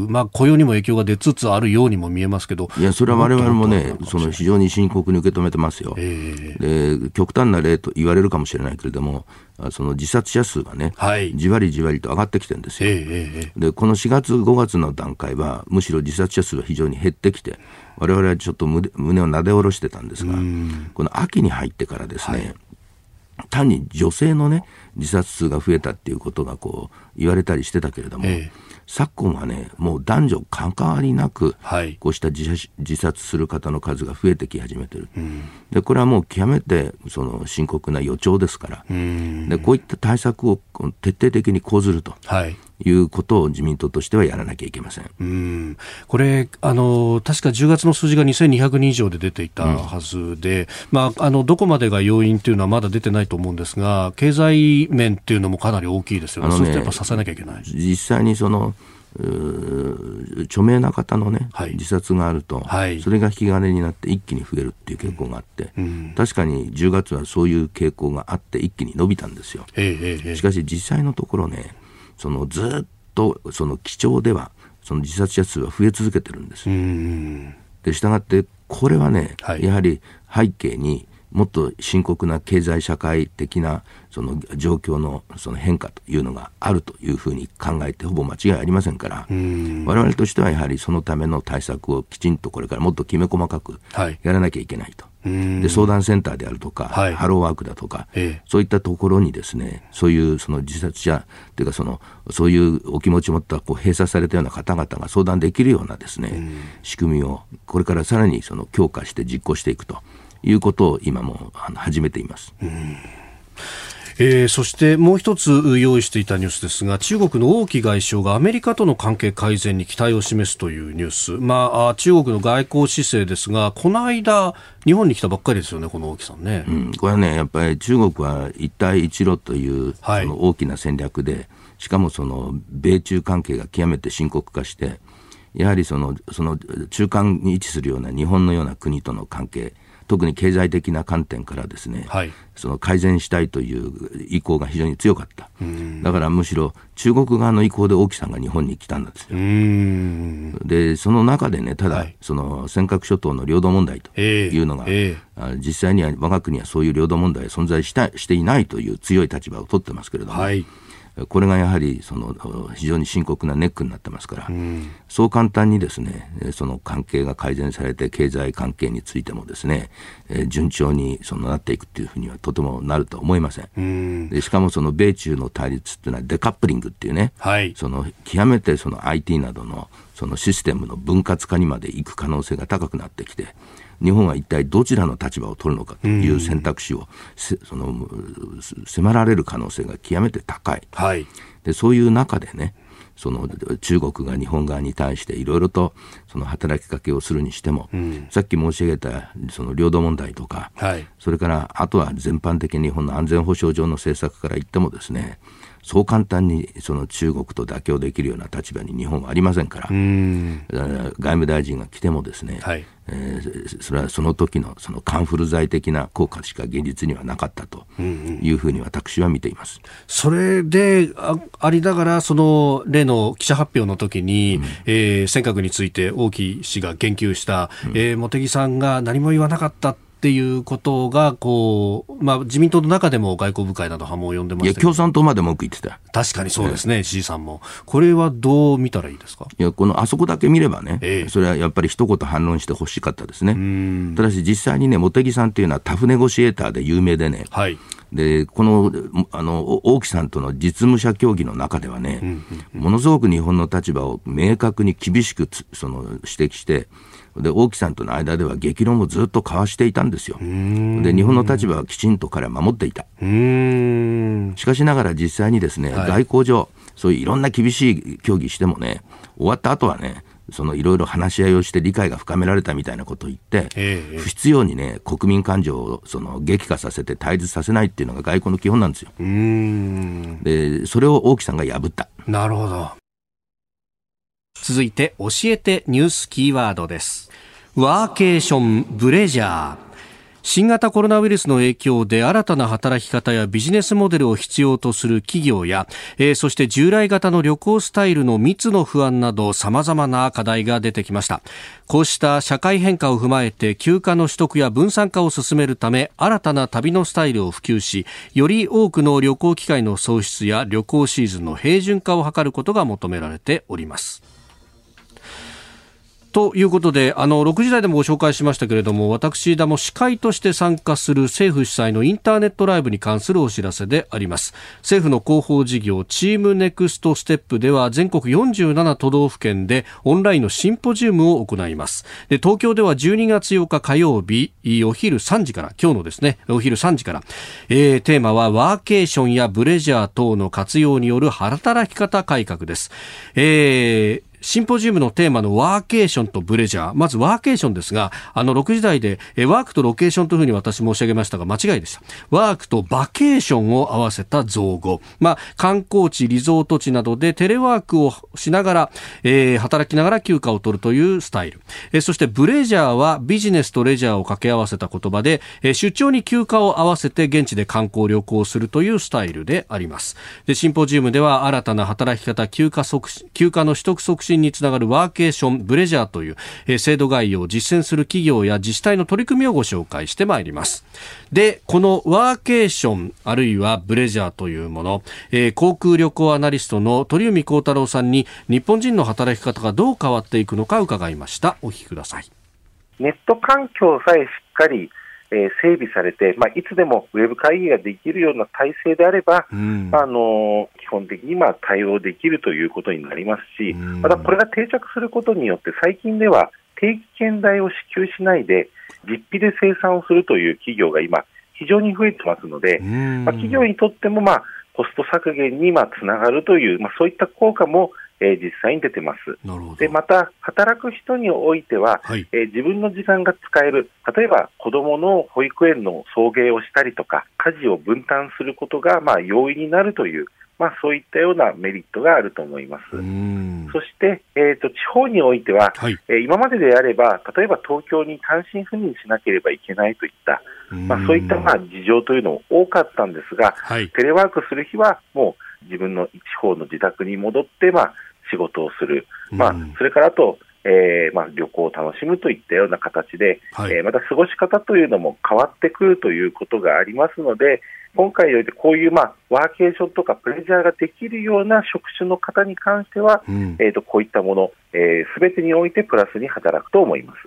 [SPEAKER 1] まあ、雇用にも影響が出つつあるようにも見えますけど、
[SPEAKER 4] いやそれは我々もねその非常に深刻に受け止めてますよ。えー、で極端な例と言われるかもしれないけれども、その自殺者数がね、はい、じわりじわりと上がってきてるんですよ。えー、でこのしがつごがつの段階はむしろ自殺者数は非常に減ってきて、我々はちょっと 胸, 胸をなで下ろしてたんですが、この秋に入ってからですね、はい、単に女性のね自殺数が増えたっていうことがこう言われたりしてたけれども、ええ、昨今はねもう男女関わりなく、はい、こうした自殺、自殺する方の数が増えてき始めてる、うん、でこれはもう極めてその深刻な予兆ですから、うん、でこういった対策を徹底的に講ずると、はい、いうことを自民党としてはやらなきゃいけません。
[SPEAKER 1] うん、これあの確かじゅうがつの数字がにせんにひゃくにん以上で出ていたはずで、うんまあ、あのどこまでが要因というのはまだ出てないと思うんですが、経済面っていうのもかなり大きいですよね。あのね、そうするとやっぱ支えなきゃいけない。
[SPEAKER 4] 実際にその著名な方の、ねはい、自殺があると、はい、それが引き金になって一気に増えるっていう傾向があって、うん、確かにじゅうがつはそういう傾向があって一気に伸びたんですよ。ええええ、しかし実際のところね、そのずっとその基調ではその自殺者数は増え続けてるんです。うん、でしたがってこれはね、はい、やはり背景にもっと深刻な経済社会的なその状況のその変化というのがあるというふうに考えてほぼ間違いありませんから、我々としてはやはりそのための対策をきちんとこれからもっときめ細かくやらなきゃいけないと、はい、で相談センターであるとか、はい、ハローワークだとか、ええ、そういったところにですね、そういうその自殺者というかそのそういうお気持ちを持ったこう閉鎖されたような方々が相談できるようなですね仕組みをこれからさらにその強化して実行していくということを今も始めています。うん、
[SPEAKER 1] えー、そしてもう一つ用意していたニュースですが、中国の王毅外相がアメリカとの関係改善に期待を示すというニュース、まあ、中国の外交姿勢ですが、この間日本に来たばっかりですよね、この王毅さんね。うん、
[SPEAKER 4] これはねやっぱり中国は一帯一路というその大きな戦略で、はい、しかもその米中関係が極めて深刻化して、やはりその、その中間に位置するような日本のような国との関係、 特に経済的な観点からですね、はい、その改善したいという意向が非常に強かった。だからむしろ中国側の意向で王毅さんが日本に来たんですよ。うーんでその中でね、ただ、はい、その尖閣諸島の領土問題というのが、えーえー、実際には我が国はそういう領土問題は存在したしていないという強い立場を取ってますけれども、はい、これがやはりその非常に深刻なネックになってますから、うん、そう簡単にですね、その関係が改善されて経済関係についてもですね、順調にそのなっていくというふうにはとてもなるとは思いません。うん、でしかもその米中の対立というのはデカップリングっていうね、はい、その極めてその アイティー などのそのシステムの分割化にまでいく可能性が高くなってきて、日本は一体どちらの立場を取るのかという選択肢を、うん、その迫られる可能性が極めて高い、はい、でそういう中でね、その中国が日本側に対していろいろとその働きかけをするにしても、うん、さっき申し上げたその領土問題とか、はい、それからあとは全般的に日本の安全保障上の政策から言ってもですね、そう簡単にその中国と妥協できるような立場に日本はありませんから、うん、外務大臣が来てもですね、はい、えー、それはその時のそのカンフル剤的な効果しか現実にはなかったというふうに私は見ています。うんうん、
[SPEAKER 1] それで あ, ありながら、その例の記者発表の時に、うん、えー、尖閣について王毅氏が言及した、うん、えー、茂木さんが何も言わなかったっていうことがこう、まあ、自民党の中でも外交部会など波紋を呼んでました。
[SPEAKER 4] いや、共産党まで文句言ってた。
[SPEAKER 1] 確かにそうですね、石井さんも。これはどう見たらいいですか。
[SPEAKER 4] いや、このあそこだけ見ればね、ええ、それはやっぱり一言反論してほしかったですね。うん、ただし実際にね、茂木さんというのはタフネゴシエーターで有名でね、はい、でこの、あの王毅さんとの実務者協議の中ではね、うんうんうん、ものすごく日本の立場を明確に厳しくその指摘して、で王毅さんとの間では激論をずっと交わしていたんですよ。で日本の立場はきちんと彼は守っていた。うーん、しかしながら実際にですね、はい、外交上そういういろんな厳しい協議してもね、終わった後はね、そのいろいろ話し合いをして理解が深められたみたいなことを言って、ええ、不必要にね、国民感情をその激化させて対立させないっていうのが外交の基本なんですよ。うーん、でそれを王毅さんが破った。
[SPEAKER 1] なるほど。続いて教えてニュースキーワードです。ワーケーション、ブレジャー。新型コロナウイルスの影響で新たな働き方やビジネスモデルを必要とする企業や、えー、そして従来型の旅行スタイルの密の不安など様々な課題が出てきました。こうした社会変化を踏まえて休暇の取得や分散化を進めるため、新たな旅のスタイルを普及し、より多くの旅行機会の創出や旅行シーズンの平準化を図ることが求められております。ということで、あのろくじ台でもご紹介しましたけれども、私ども司会として参加する政府主催のインターネットライブに関するお知らせであります。政府の広報事業チームネクストステップでは、全国よんじゅうなな都道府県でオンラインのシンポジウムを行います。で、東京ではじゅうにがつようか火曜日お昼さんじから、今日のですねお昼さんじから、えー、テーマはワーケーションやブレジャー等の活用による働き方改革です。えーシンポジウムのテーマのワーケーションとブレジャー。まずワーケーションですが、あのろくじ台でワークとロケーションというふうに私申し上げましたが間違いでした。ワークとバケーションを合わせた造語。まあ、観光地、リゾート地などでテレワークをしながら、えー、働きながら休暇を取るというスタイル。えー、そしてブレジャーはビジネスとレジャーを掛け合わせた言葉で、えー、出張に休暇を合わせて現地で観光旅行をするというスタイルであります。で、シンポジウムでは新たな働き方、休暇促進、休暇の取得促進につながるワーケーション、ブレジャーという、えー、制度概要を実践する企業や自治体の取り組みをご紹介してまいります。で、このワーケーションあるいはブレジャーというもの、えー、航空旅行アナリストの鳥海高太郎さんに日本人の働き方がどう変わっていくのか伺いました。お聞きください。
[SPEAKER 3] ネット環境さえしっかりえー、整備されて、まあ、いつでもウェブ会議ができるような体制であれば、うん、あのー、基本的にまあ対応できるということになりますし、うん、またこれが定着することによって最近では定期券代を支給しないで実費で生産をするという企業が今非常に増えてますので、うん、まあ、企業にとってもまあコスト削減にまあつながるという、まあ、そういった効果もえー、実際に出てます。でまた働く人においては、はい、えー、自分の時間が使える、例えば子どもの保育園の送迎をしたりとか家事を分担することがまあ容易になるという、まあ、そういったようなメリットがあると思います。そして、えーと、地方においては、はい、えー、今までであれば例えば東京に単身赴任しなければいけないといった、まあ、そういったまあ事情というのも多かったんですが、はい、テレワークする日はもう自分の地方の自宅に戻って、まあ、仕事をする、まあ、それからあと、えーまあ、旅行を楽しむといったような形で、はい、えー、また過ごし方というのも変わってくるということがありますので、今回においてこういう、まあ、ワーケーションとかプレジャーができるような職種の方に関しては、うん、えーと、こういったもの、えー、全てにおいてプラスに働くと思います。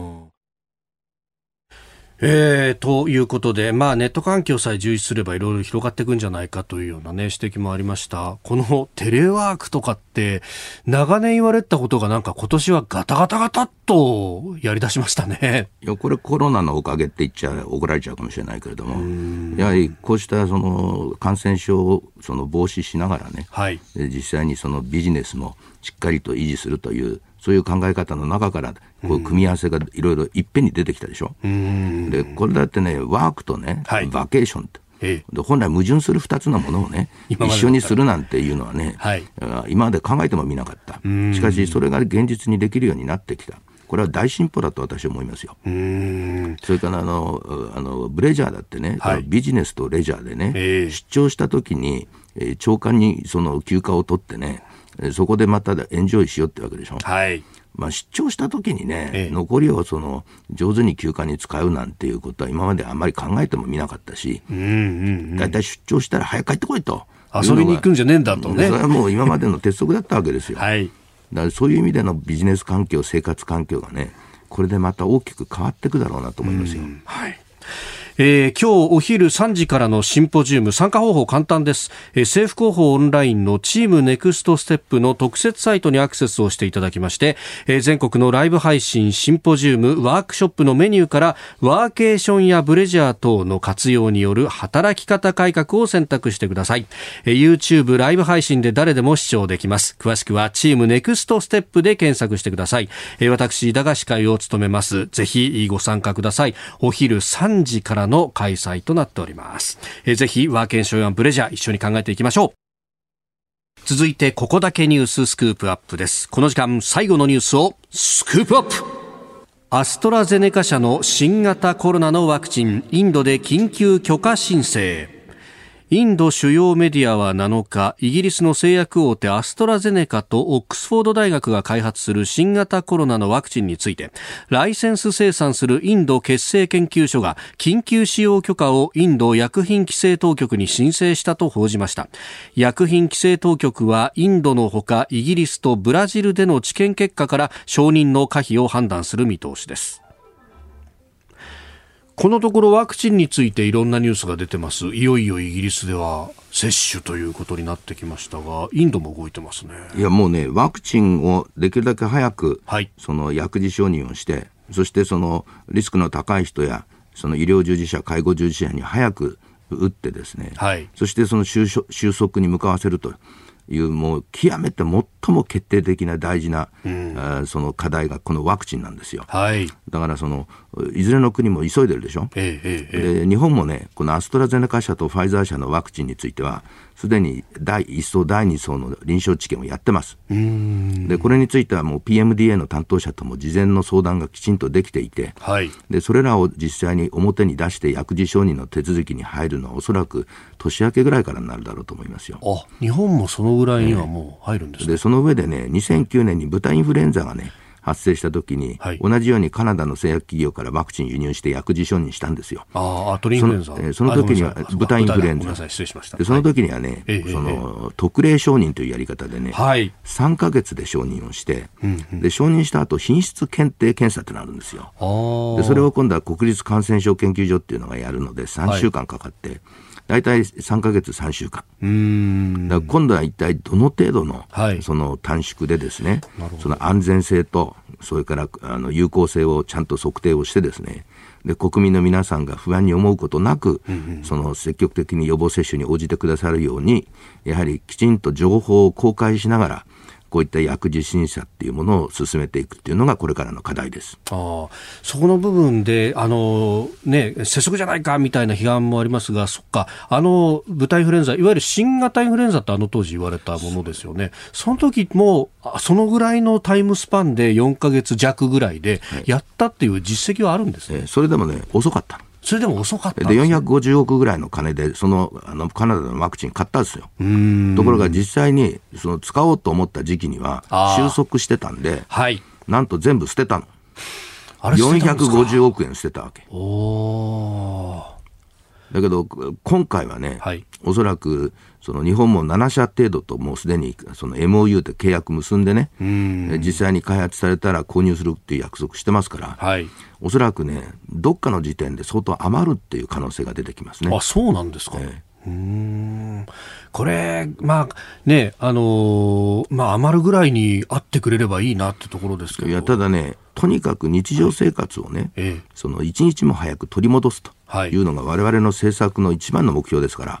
[SPEAKER 1] えー、ということで、まあ、ネット環境さえ充実すればいろいろ広がっていくんじゃないかというような、ね、指摘もありました。このテレワークとかって長年言われたことがなんか今年はガタガタガタっとやり出しましたね。
[SPEAKER 4] いや、これコロナのおかげって言っちゃ怒られちゃうかもしれないけれども、やはりこうしたその感染症をその防止しながらね、はい、実際にそのビジネスもしっかりと維持するというそういう考え方の中からこう組み合わせがいろいろいっぺんに出てきたでしょ。うんでこれだってね、ワークとね、はい、バケーションってええ、で本来矛盾するふたつのものをね一緒にするなんていうのはね、はい、今まで考えてもみなかった。しかしそれが現実にできるようになってきた。これは大進歩だと私は思いますよ。うーんそれからあのあのブレジャーだってね、はい、ビジネスとレジャーでね、えー、出張した時に、えー、長官にその休暇を取ってね、そこでまたエンジョイしようってわけでしょ。はい、まあ、出張した時にね、ええ、残りをその上手に休暇に使うなんていうことは今まであんまり考えてもみなかったし、うんうんうん、だいたい出張したら早く帰ってこいと
[SPEAKER 1] 遊びに行くんじゃねえんだとね。
[SPEAKER 4] それはもう今までの鉄則だったわけですよ。はい、だからそういう意味でのビジネス環境生活環境がねこれでまた大きく変わっていくだろうなと思いますよ。はい、
[SPEAKER 1] えー、今日お昼さんじからのシンポジウム参加方法簡単です、えー、政府広報オンラインのチームネクストステップの特設サイトにアクセスをしていただきまして、えー、全国のライブ配信シンポジウムワークショップのメニューからワーケーションやブレジャー等の活用による働き方改革を選択してください、えー、YouTube ライブ配信で誰でも視聴できます。詳しくはチームネクストステップで検索してください、えー、私田が司会を務めます。ぜひご参加ください。お昼さんじからの開催となっております。えー、ぜひワーケーションやブレジャー一緒に考えていきましょう。続いてここだけニューススクープアップです。この時間最後のニュースをスクープアップ。アストラゼネカ社の新型コロナのワクチンインドで緊急許可申請。インド主要メディアはなのか、イギリスの製薬大手アストラゼネカとオックスフォード大学が開発する新型コロナのワクチンについて、ライセンス生産するインド血清研究所が緊急使用許可をインド薬品規制当局に申請したと報じました。薬品規制当局はインドのほかイギリスとブラジルでの治験結果から承認の可否を判断する見通しです。このところワクチンについていろんなニュースが出てます。いよいよイギリスでは接種ということになってきましたが、インドも動いてますね。
[SPEAKER 4] いやもうね、ワクチンをできるだけ早く、はい、その薬事承認をして、そしてそのリスクの高い人やその医療従事者介護従事者に早く打ってですね、はい、そしてその収束に向かわせるというもう極めて最も決定的な大事な、うん、その課題がこのワクチンなんですよ。はい、だからそのいずれの国も急いでるでしょ。ええええ、で日本もねこのアストラゼネカ社とファイザー社のワクチンについてはすでに第一層第二層の臨床治験をやってます。うーんでこれについてはもう ピーエムディーエー の担当者とも事前の相談がきちんとできていて、はい、でそれらを実際に表に出して薬事承認の手続きに入るのはおそらく年明けぐらいからになるだろうと思いますよ。
[SPEAKER 1] あ、日本もそのぐらいにはもう入るんですね。
[SPEAKER 4] でその上でねにせんきゅうねんに豚インフルエンザがね発生したときに、はい、同じようにカナダの製薬企業からワクチン輸入して薬事承認したんですよ。
[SPEAKER 1] ああ、鳥インフルエンザ。
[SPEAKER 4] その、えー、その時には豚インフルエンザ。
[SPEAKER 1] 失礼しました。
[SPEAKER 4] でその時にはね、はい、その特例承認というやり方でね、はい、さんかげつで承認をして、うんうん、で承認した後品質検定検査ってなるんですよ。でそれを今度は国立感染症研究所っていうのがやるのでさんしゅうかんかかって、はい、だいたいさんかげつさんしゅうかん。うーんだから今度は一体どの程度の、はい、その短縮でですね、その安全性とそれからあの有効性をちゃんと測定をしてですね、で国民の皆さんが不安に思うことなく、うんうん、その積極的に予防接種に応じてくださるようにやはりきちんと情報を公開しながらこういった薬事審査っていうものを進めていくっていうのがこれからの課題です。
[SPEAKER 1] あ、そこの部分であの、ね、拙速じゃないかみたいな批判もありますが、そっか、あの豚インフルエンザ、いわゆる新型インフルエンザってあの当時言われたものですよね。その時もそのぐらいのタイムスパンでよんかげつじゃくぐらいでやったっていう実績はあるんですね。
[SPEAKER 4] えー、それでもね遅かったの。
[SPEAKER 1] それでも遅かったんです
[SPEAKER 4] でよんひゃくごじゅうおくぐらいの金でその、あのカナダのワクチン買ったんですよ。
[SPEAKER 1] うーん、
[SPEAKER 4] ところが実際にその使おうと思った時期には収束してたんで、はい、なんと全部捨てたの。あれ捨てたんですか？よんひゃくごじゅうおくえん捨てたわけ。おだけど今回はね、はい、おそらくその日本もななしゃ程度ともうすでにその エムオーユー って契約結んでね、うん実際に開発されたら購入するっていう約束してますから、はい、おそらくねどっかの時点で相当余るっていう可能性が出てきますね。
[SPEAKER 1] あ、そうなんですか。ええ、うーんこれまあねあのー、まあ余るぐらいにあってくれればいいなってところですけど、
[SPEAKER 4] いやただねとにかく日常生活をね、はい、その一日も早く取り戻すというのが我々の政策の一番の目標ですから、はい、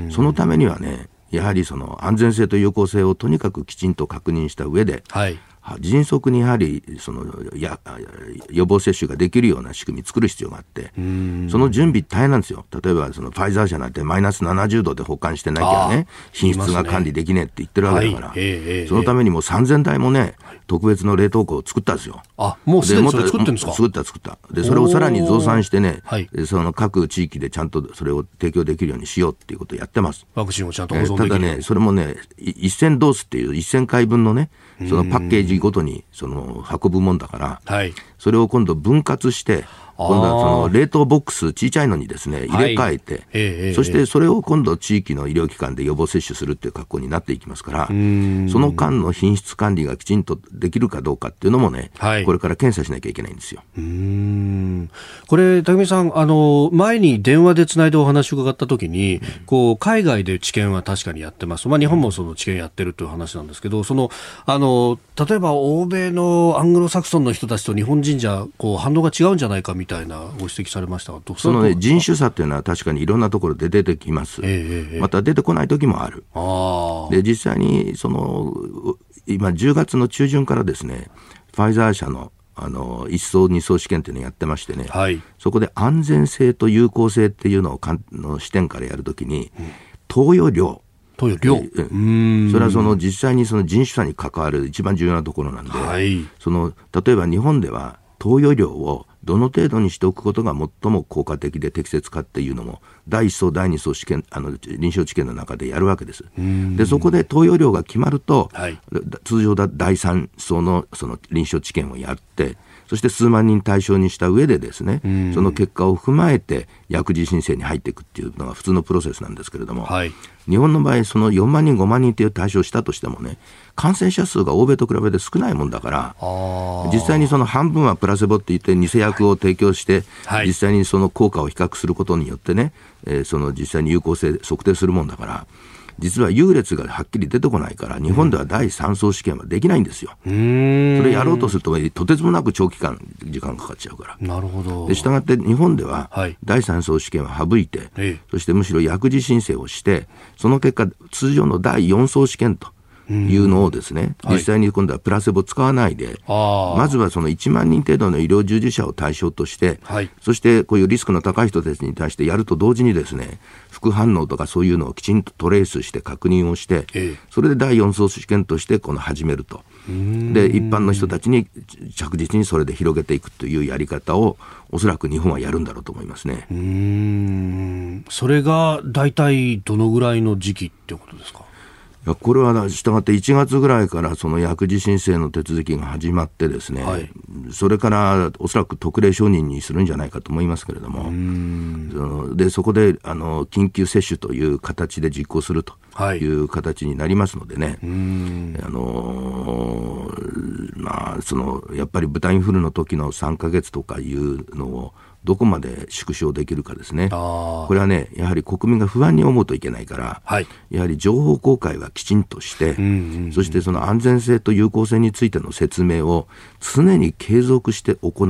[SPEAKER 4] そのためにはねやはりその安全性と有効性をとにかくきちんと確認した上で、はい、迅速にやはりそのや予防接種ができるような仕組み作る必要があって、その準備大変なんですよ。例えばそのファイザー社なんてマイナスななじゅうどで保管してなきゃね品質が管理できねえって言ってるわけだから、はいえー、そのためにもさんぜんだいもね特別の冷凍庫を作ったんですよ。
[SPEAKER 1] あ、もうすでにそれ作ってるんですか？
[SPEAKER 4] 作った作ったでそれをさらに増産してね、はい、その各地域でちゃんとそれを提供できるようにしようっていうことをやってます。
[SPEAKER 1] ワクチンをちゃんと保存できる、えー、た
[SPEAKER 4] だねそれもねせんドースっていうせんかいぶんのねそのパッケージごとにその運ぶもんだから、はい、それを今度分割して今度はその冷凍ボックス小さいのにですね入れ替えて、はいえー、そしてそれを今度地域の医療機関で予防接種するっていう格好になっていきますから、その間の品質管理がきちんとできるかどうかっていうのもね、はい、これから検査しなきゃいけないんですよ。
[SPEAKER 1] うーんこれ武見さんあの前に電話でつないでお話を伺った時に、うん、こう海外で治験は確かにやってます、まあ、日本もその治験やってるという話なんですけど、そのあの例えば欧米のアングロサクソンの人たちと日本人じゃこう反応が違うんじゃないかみたいなご指摘されましたが、どう
[SPEAKER 4] その、ね、人種差というのは確かにいろんなところで出てきます、えー、また出てこない時もある。あで実際にその今じゅうがつの中旬からですねファイザー社のあのいっそうにそう試験というのをやってましてね、はい、そこで安全性と有効性っていうのをかんの視点からやるときに、うん、投与量
[SPEAKER 1] 投与量、
[SPEAKER 4] えー、それはその実際にその人種差に関わる一番重要なところなんで、はい、その例えば日本では投与量をどの程度にしておくことが最も効果的で適切かっていうのもだいいっそうだいにそう試験あの臨床治験の中でやるわけです。でそこで投与量が決まると、はい、通常だだいさんそうのその臨床治験をやってそして数万人対象にした上でですねその結果を踏まえて薬事申請に入っていくっていうのが普通のプロセスなんですけれども、はい、日本の場合そのよんまんにんごまんにんという対象をしたとしてもね感染者数が欧米と比べて少ないもんだから実際にその半分はプラセボって言って偽薬を提供して、はい、実際にその効果を比較することによってね、えー、その実際に有効性測定するもんだから実は優劣がはっきり出てこないから日本ではだいさんそう試験はできないんですよ。うーんそれやろうとするととてつもなく長期間時間かかっちゃうから。
[SPEAKER 1] なるほど。
[SPEAKER 4] で従って日本ではだいさんそう試験は省いて、はい、そしてむしろ薬事申請をしてその結果通常のだいよんそう試験というのをですね、実際に今度はプラセボ使わないで、はい、まずはそのいちまんにん程度の医療従事者を対象として、はい、そしてこういうリスクの高い人たちに対してやると同時にですね副反応とかそういうのをきちんとトレースして確認をして、ええ、それでだいよんそう試験としてこの始めるとで一般の人たちに着実にそれで広げていくというやり方をおそらく日本はやるんだろうと思いますね。
[SPEAKER 1] うーんそれが大体どのぐらいの時期ってことですか？
[SPEAKER 4] いやこれはしたがっていちがつぐらいからその薬事申請の手続きが始まってですね、はい、それからおそらく特例承認にするんじゃないかと思いますけれども、うーんでそこであの緊急接種という形で実行するという形になりますのでね、はい、うーんあのまあそのやっぱり豚インフルの時のさんかげつとかいうのをどこまで縮小できるかですね。これはねやはり国民が不安に思うといけないから、はい、やはり情報公開はきちんとして、うんうんうん、そしてその安全性と有効性についての説明を常に継続して行うと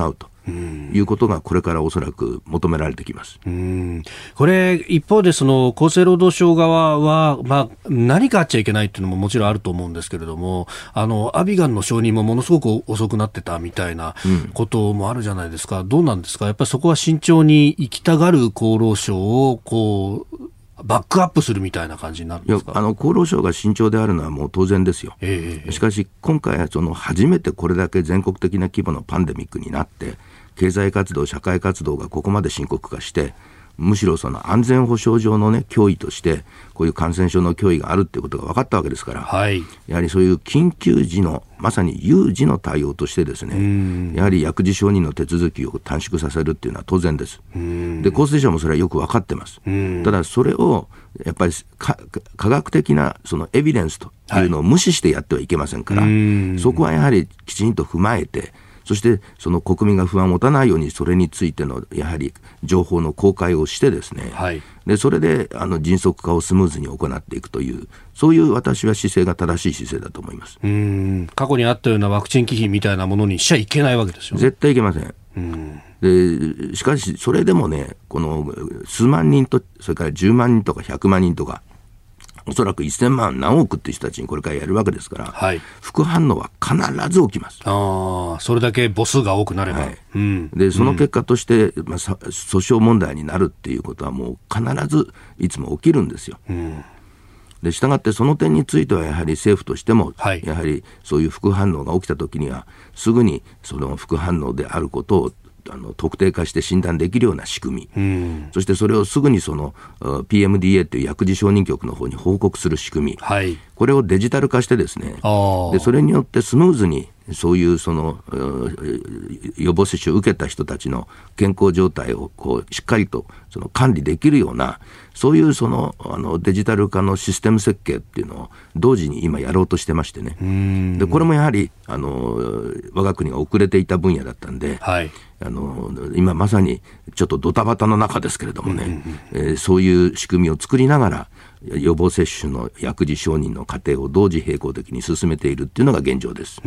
[SPEAKER 4] いうことがこれからおそらく求められてきます。
[SPEAKER 1] うん、これ一方でその厚生労働省側は、まあ、何かあっちゃいけないっていうのももちろんあると思うんですけれども、あのアビガンの承認もものすごく遅くなってたみたいなこともあるじゃないですか、うん、どうなんですか、やっぱりそこは慎重に行きたがる厚労省をこうバックアップするみたいな感じになるんですか。
[SPEAKER 4] いや、あの厚労省が慎重であるのはもう当然ですよ、えー、しかし今回はその初めてこれだけ全国的な規模のパンデミックになって経済活動社会活動がここまで深刻化して、むしろその安全保障上の、ね、脅威としてこういう感染症の脅威があるということが分かったわけですから、はい、やはりそういう緊急時のまさに有事の対応としてですね、やはり薬事承認の手続きを短縮させるっていうのは当然です。で、厚生省もそれはよく分かってます。ただそれをやっぱりか科学的なそのエビデンスというのを無視してやってはいけませんから、はい、そこはやはりきちんと踏まえて、そしてその国民が不安を持たないようにそれについてのやはり情報の公開をしてですね、はい、でそれであの迅速化をスムーズに行っていくという、そういう私は姿勢が正しい姿勢だと思います。
[SPEAKER 1] うーん、過去にあったようなワクチン忌避みたいなものにしちゃいけないわけですよね。
[SPEAKER 4] 絶対いけません。うんでしかしそれでもね、この数万人とそれからじゅうまんにんとかひゃくまんにんとかおそらくせんまん何億っていう人たちにこれからやるわけですから、はい、副反応は必ず起きます。
[SPEAKER 1] あ、それだけ母数が多くなれば、はい、
[SPEAKER 4] うん、でその結果として、うん、まあ、訴訟問題になるっていうことはもう必ずいつも起きるんですよ、うん、でしたがってその点についてはやはり政府としても、はい、やはりそういう副反応が起きたときにはすぐにその副反応であることをあの特定化して診断できるような仕組み、うん、そしてそれをすぐにその ピーエムディーエー という薬事承認局の方に報告する仕組み、はい、これをデジタル化してですね、でそれによってスムーズにそういうその予防接種を受けた人たちの健康状態をこうしっかりとその管理できるような、そういうそのあのデジタル化のシステム設計っていうのを同時に今やろうとしてましてね、でこれもやはりあの我が国が遅れていた分野だったんで、はい、あの今まさにちょっとドタバタの中ですけれどもね、うんうん、えー、そういう仕組みを作りながら予防接種の薬事承認の過程を同時並行的に進めているっていうのが現状です。
[SPEAKER 1] うん、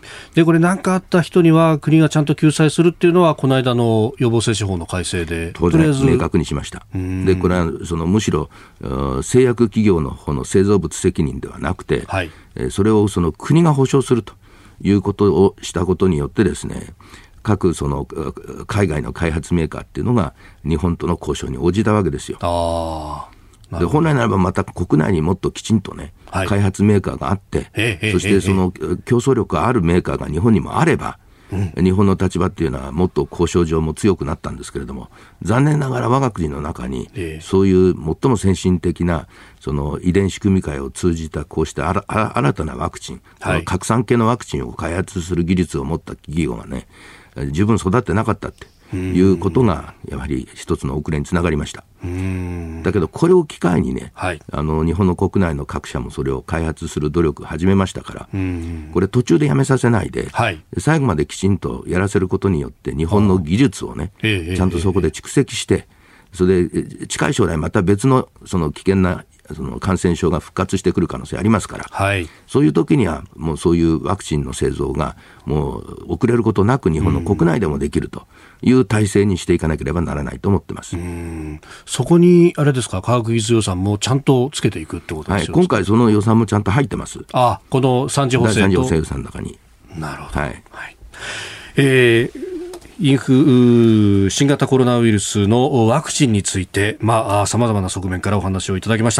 [SPEAKER 1] でこれ何かあった人には国がちゃんと救済するっていうのはこの間の予防接種法の改正で
[SPEAKER 4] 当然明確にしました。でこれはそのむしろ製薬企業の方の製造物責任ではなくて、はい、それをその国が保証するということをしたことによってですね、各その海外の開発メーカーっていうのが日本との交渉に応じたわけですよ。あで本来ならばまた国内にもっときちんとね、はい、開発メーカーがあって、そしてその競争力があるメーカーが日本にもあれば、うん、日本の立場っていうのはもっと交渉上も強くなったんですけれども、残念ながら我が国の中にそういう最も先進的なその遺伝子組み換えを通じたこうした新たなワクチン、はい、拡散系のワクチンを開発する技術を持った企業がね十分育ってなかったっていうことがやはり一つの遅れにつながりました。うーんだけどこれを機会にね、はい、あの日本の国内の各社もそれを開発する努力を始めましたから、うんこれ途中でやめさせないで、はい、最後まできちんとやらせることによって日本の技術をね、ちゃんとそこで蓄積して、それで近い将来また別のその危険なその感染症が復活してくる可能性ありますから、はい、そういう時にはもうそういうワクチンの製造がもう遅れることなく日本の国内でもできるという体制にしていかなければならないと思ってます。うー
[SPEAKER 1] んそこにあれですか、科学技術予算もちゃんとつけていくってことですよね。
[SPEAKER 4] はい、今回その予算もちゃんと入ってます。
[SPEAKER 1] あこの三次補正と
[SPEAKER 4] 三次補正予算の中に。
[SPEAKER 1] なるほど、はいはいえーインフ新型コロナウイルスのワクチンについて、まあ、様々な側面からお話をいただきました。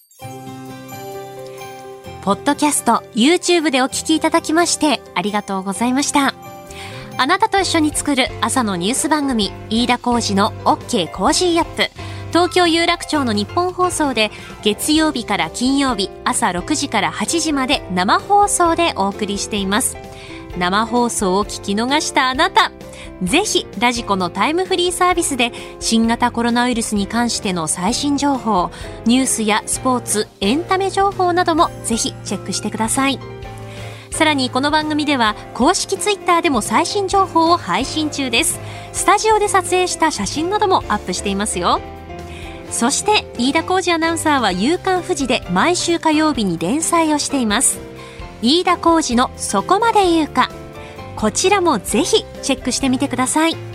[SPEAKER 2] ポッドキャスト YouTube でお聞きいただきましてありがとうございました。あなたと一緒に作る朝のニュース番組、飯田浩司の OK コージーアップ、東京有楽町の日本放送で月曜日から金曜日朝ろくじからはちじまで生放送でお送りしています。生放送を聞き逃したあなた、ぜひラジコのタイムフリーサービスで新型コロナウイルスに関しての最新情報、ニュースやスポーツ、エンタメ情報などもぜひチェックしてください。さらにこの番組では公式ツイッターでも最新情報を配信中です。スタジオで撮影した写真などもアップしていますよ。そして飯田浩司アナウンサーは夕刊フジで毎週火曜日に連載をしています。飯田浩司のそこまで言うか。 こちらもぜひチェックしてみてください。